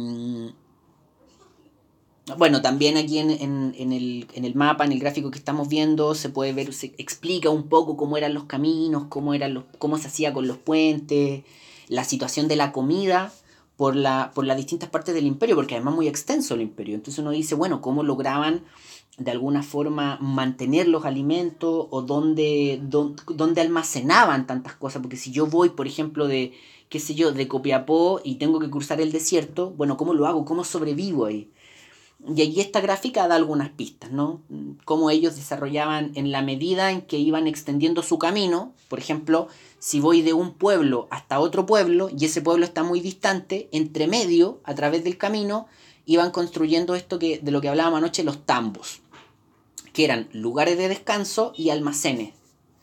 bueno, también aquí en, en, en, el, en el mapa, en el gráfico que estamos viendo, se puede ver, se explica un poco cómo eran los caminos, cómo, eran los, cómo se hacía con los puentes, la situación de la comida por, la, por las distintas partes del imperio, porque además es muy extenso el imperio. Entonces uno dice, bueno, ¿cómo lograban de alguna forma mantener los alimentos o dónde, dónde, dónde almacenaban tantas cosas? Porque si yo voy, por ejemplo, de, qué sé yo, de Copiapó y tengo que cruzar el desierto, bueno, ¿cómo lo hago? ¿Cómo sobrevivo ahí? Y aquí esta gráfica da algunas pistas, ¿no? Cómo ellos desarrollaban en la medida en que iban extendiendo su camino. Por ejemplo, si voy de un pueblo hasta otro pueblo y ese pueblo está muy distante, entre medio, a través del camino, iban construyendo esto que, de lo que hablábamos anoche, los tambos, que eran lugares de descanso y almacenes.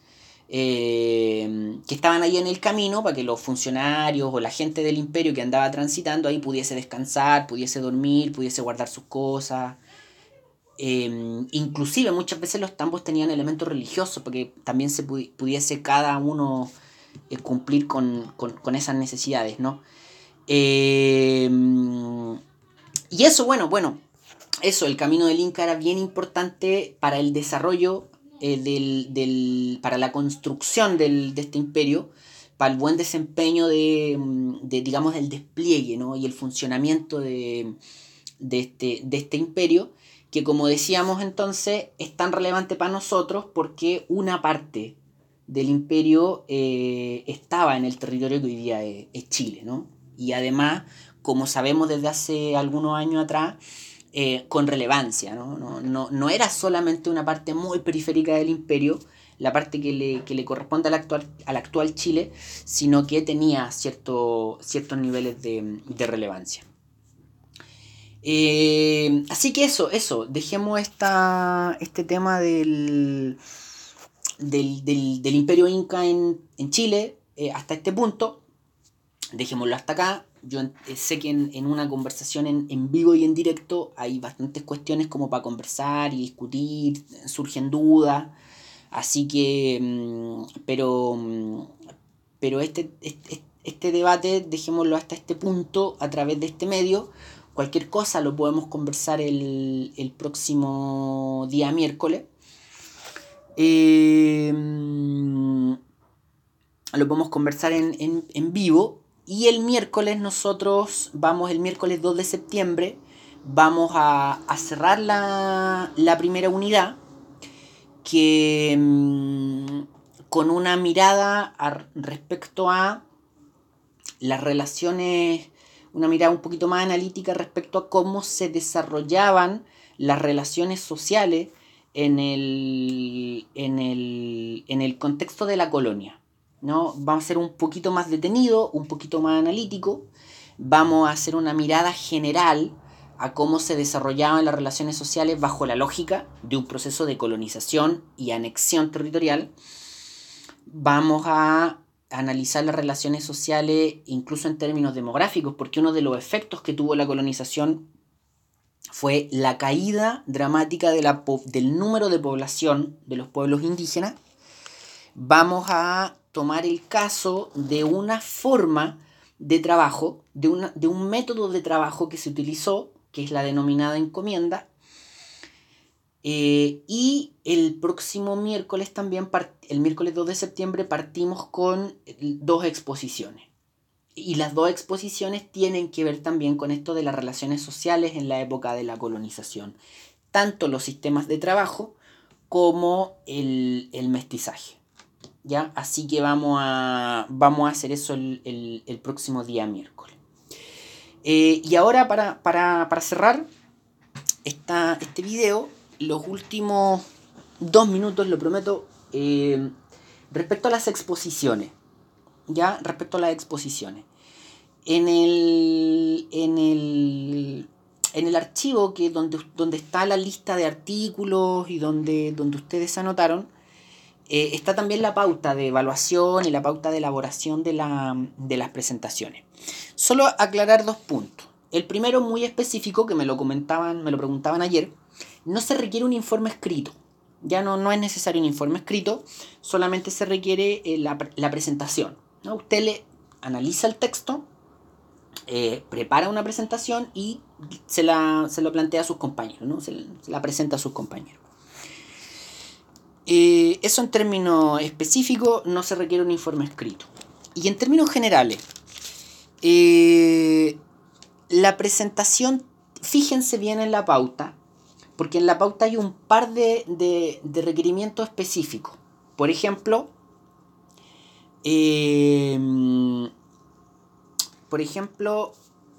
Eh, que estaban ahí en el camino para que los funcionarios o la gente del imperio que andaba transitando ahí pudiese descansar, pudiese dormir, pudiese guardar sus cosas. Eh, inclusive muchas veces los tambos tenían elementos religiosos para que también se pudi- pudiese cada uno eh, cumplir con, con, con esas necesidades, ¿no? Eh, y eso, bueno, bueno, eso, el camino del Inca era bien importante para el desarrollo, eh, del, del, para la construcción del, de este imperio, para el buen desempeño de, de digamos, del despliegue, ¿no? Y el funcionamiento de, de, este, de este imperio, que como decíamos entonces, es tan relevante para nosotros porque una parte del imperio eh, estaba en el territorio que hoy día es, es Chile, ¿no? Y además, como sabemos desde hace algunos años atrás, eh, con relevancia, ¿no? No, no, no era solamente una parte muy periférica del imperio, la parte que le, que le corresponde al actual, al actual Chile, sino que tenía cierto, ciertos niveles de, de relevancia. Eh, así que eso, eso, dejemos esta, este tema del, del, del, del imperio inca en, en Chile eh, hasta este punto, dejémoslo hasta acá. Yo eh, sé que en, en una conversación en, en vivo y en directo hay bastantes cuestiones como para conversar y discutir, surgen dudas, así que, mm, pero, mm, pero este, este, este debate dejémoslo hasta este punto a través de este medio. Cualquier cosa lo podemos conversar el, el próximo día miércoles. Eh, lo podemos conversar en, en, en vivo. Y el miércoles nosotros vamos, el miércoles dos de septiembre, vamos a, a cerrar la, la primera unidad que mmm, con una mirada a, respecto a las relaciones, una mirada un poquito más analítica respecto a cómo se desarrollaban las relaciones sociales en el, en el, en el contexto de la colonia, ¿no? Vamos a ser un poquito más detenido, un poquito más analítico, vamos a hacer una mirada general a cómo se desarrollaban las relaciones sociales bajo la lógica de un proceso de colonización y anexión territorial. Vamos a analizar las relaciones sociales incluso en términos demográficos, porque uno de los efectos que tuvo la colonización fue la caída dramática de la, del número de población de los pueblos indígenas. Vamos a tomar el caso de una forma de trabajo, de, una, de un método de trabajo que se utilizó, que es la denominada encomienda. Eh, y el próximo miércoles también, el miércoles dos de septiembre, partimos con dos exposiciones. Y las dos exposiciones tienen que ver también con esto de las relaciones sociales en la época de la colonización. Tanto los sistemas de trabajo como el, el mestizaje. ¿Ya? Así que vamos a, vamos a hacer eso el, el, el próximo día miércoles. Eh, y ahora para, para, para cerrar esta, este video, los últimos dos minutos, lo prometo, eh, respecto a las exposiciones. ¿Ya? Respecto a las exposiciones. En el, en el, en el archivo que donde, donde está la lista de artículos y donde, donde ustedes anotaron, eh, está también la pauta de evaluación y la pauta de elaboración de, la, de las presentaciones. Solo aclarar dos puntos. El primero, muy específico, que me lo comentaban, me lo preguntaban ayer, no se requiere un informe escrito. Ya no, no es necesario un informe escrito, solamente se requiere eh, la, la presentación, ¿no? Usted le analiza el texto, eh, prepara una presentación y se la, se lo plantea a sus compañeros, ¿no? Se, se la presenta a sus compañeros. Eh, eso en términos específicos no se requiere un informe escrito. Y en términos generales, eh, la presentación, fíjense bien en la pauta, porque en la pauta hay un par de, de, de requerimientos específicos. Por ejemplo, eh, por ejemplo,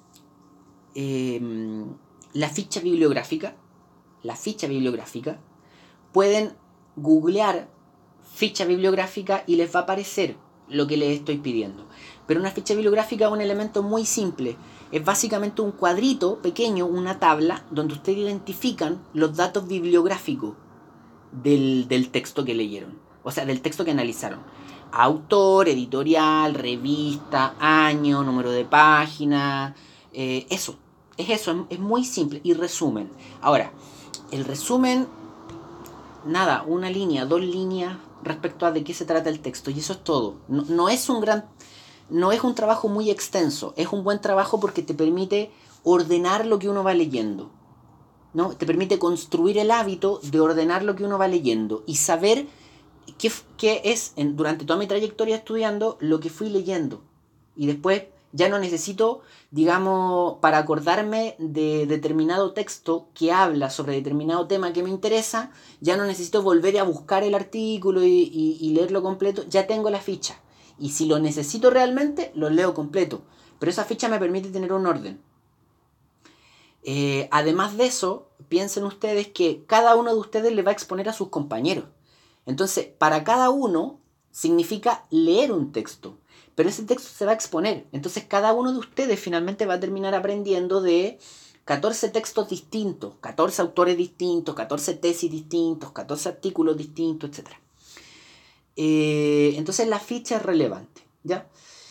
eh, la ficha bibliográfica, la ficha bibliográfica, pueden googlear ficha bibliográfica y les va a aparecer lo que les estoy pidiendo. Pero una ficha bibliográfica es un elemento muy simple. Es básicamente un cuadrito pequeño, una tabla, donde ustedes identifican los datos bibliográficos del, del texto que leyeron. O sea, del texto que analizaron. Autor, editorial, revista, año, número de página. Eh, eso. Es eso. Es, es muy simple. Y resumen. Ahora, el resumen, nada, una línea, dos líneas respecto a de qué se trata el texto. Y eso es todo. No, no es un gran... No es un trabajo muy extenso, es un buen trabajo porque te permite ordenar lo que uno va leyendo, ¿no? Te permite construir el hábito de ordenar lo que uno va leyendo y saber qué, qué es, en, durante toda mi trayectoria estudiando, lo que fui leyendo. Y después ya no necesito, digamos, para acordarme de determinado texto que habla sobre determinado tema que me interesa, ya no necesito volver a buscar el artículo y, y, y leerlo completo, ya tengo la ficha. Y si lo necesito realmente, lo leo completo. Pero esa ficha me permite tener un orden. Eh, además de eso, piensen ustedes que cada uno de ustedes le va a exponer a sus compañeros. Entonces, para cada uno significa leer un texto. Pero ese texto se va a exponer. Entonces, cada uno de ustedes finalmente va a terminar aprendiendo de catorce textos distintos, catorce autores distintos, catorce tesis distintos, catorce artículos distintos, etcétera. Eh, entonces la ficha es relevante, ¿ya?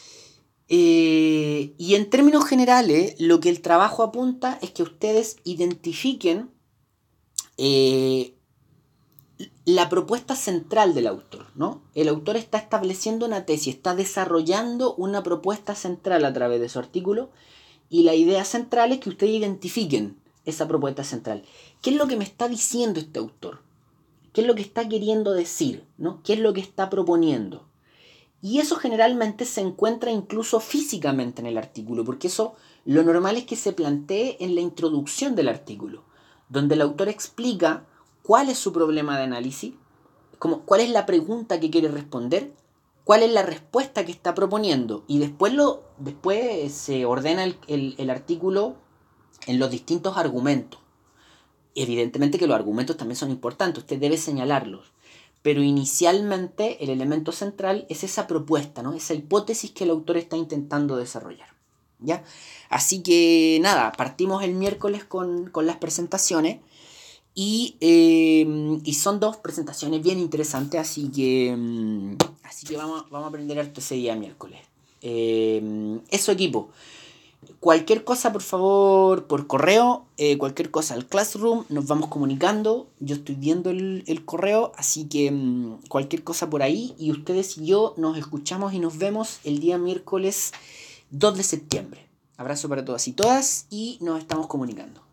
Eh, y en términos generales, lo que el trabajo apunta es que ustedes identifiquen eh, la propuesta central del autor, ¿no? El autor está estableciendo una tesis, está desarrollando una propuesta central a través de su artículo y la idea central es que ustedes identifiquen esa propuesta central. ¿Qué es lo que me está diciendo este autor? ¿Qué es lo que está queriendo decir? ¿No? ¿Qué es lo que está proponiendo? Y eso generalmente se encuentra incluso físicamente en el artículo, porque eso lo normal es que se plantee en la introducción del artículo, donde el autor explica cuál es su problema de análisis, como cuál es la pregunta que quiere responder, cuál es la respuesta que está proponiendo, y después, lo, después se ordena el, el, el artículo en los distintos argumentos. Evidentemente que los argumentos también son importantes, usted debe señalarlos, pero inicialmente el elemento central es esa propuesta, ¿no? Esa hipótesis que el autor está intentando desarrollar, ¿ya? Así que nada, partimos el miércoles con, con las presentaciones y, eh, y son dos presentaciones bien interesantes, así que, así que vamos, vamos a aprender harto ese día miércoles. Eh, eso, equipo. Cualquier cosa, por favor, por correo, eh, cualquier cosa al Classroom, nos vamos comunicando. Yo estoy viendo el, el correo, así que mmm, cualquier cosa por ahí. Y ustedes y yo nos escuchamos y nos vemos el día miércoles dos de septiembre. Abrazo para todas y todas y nos estamos comunicando.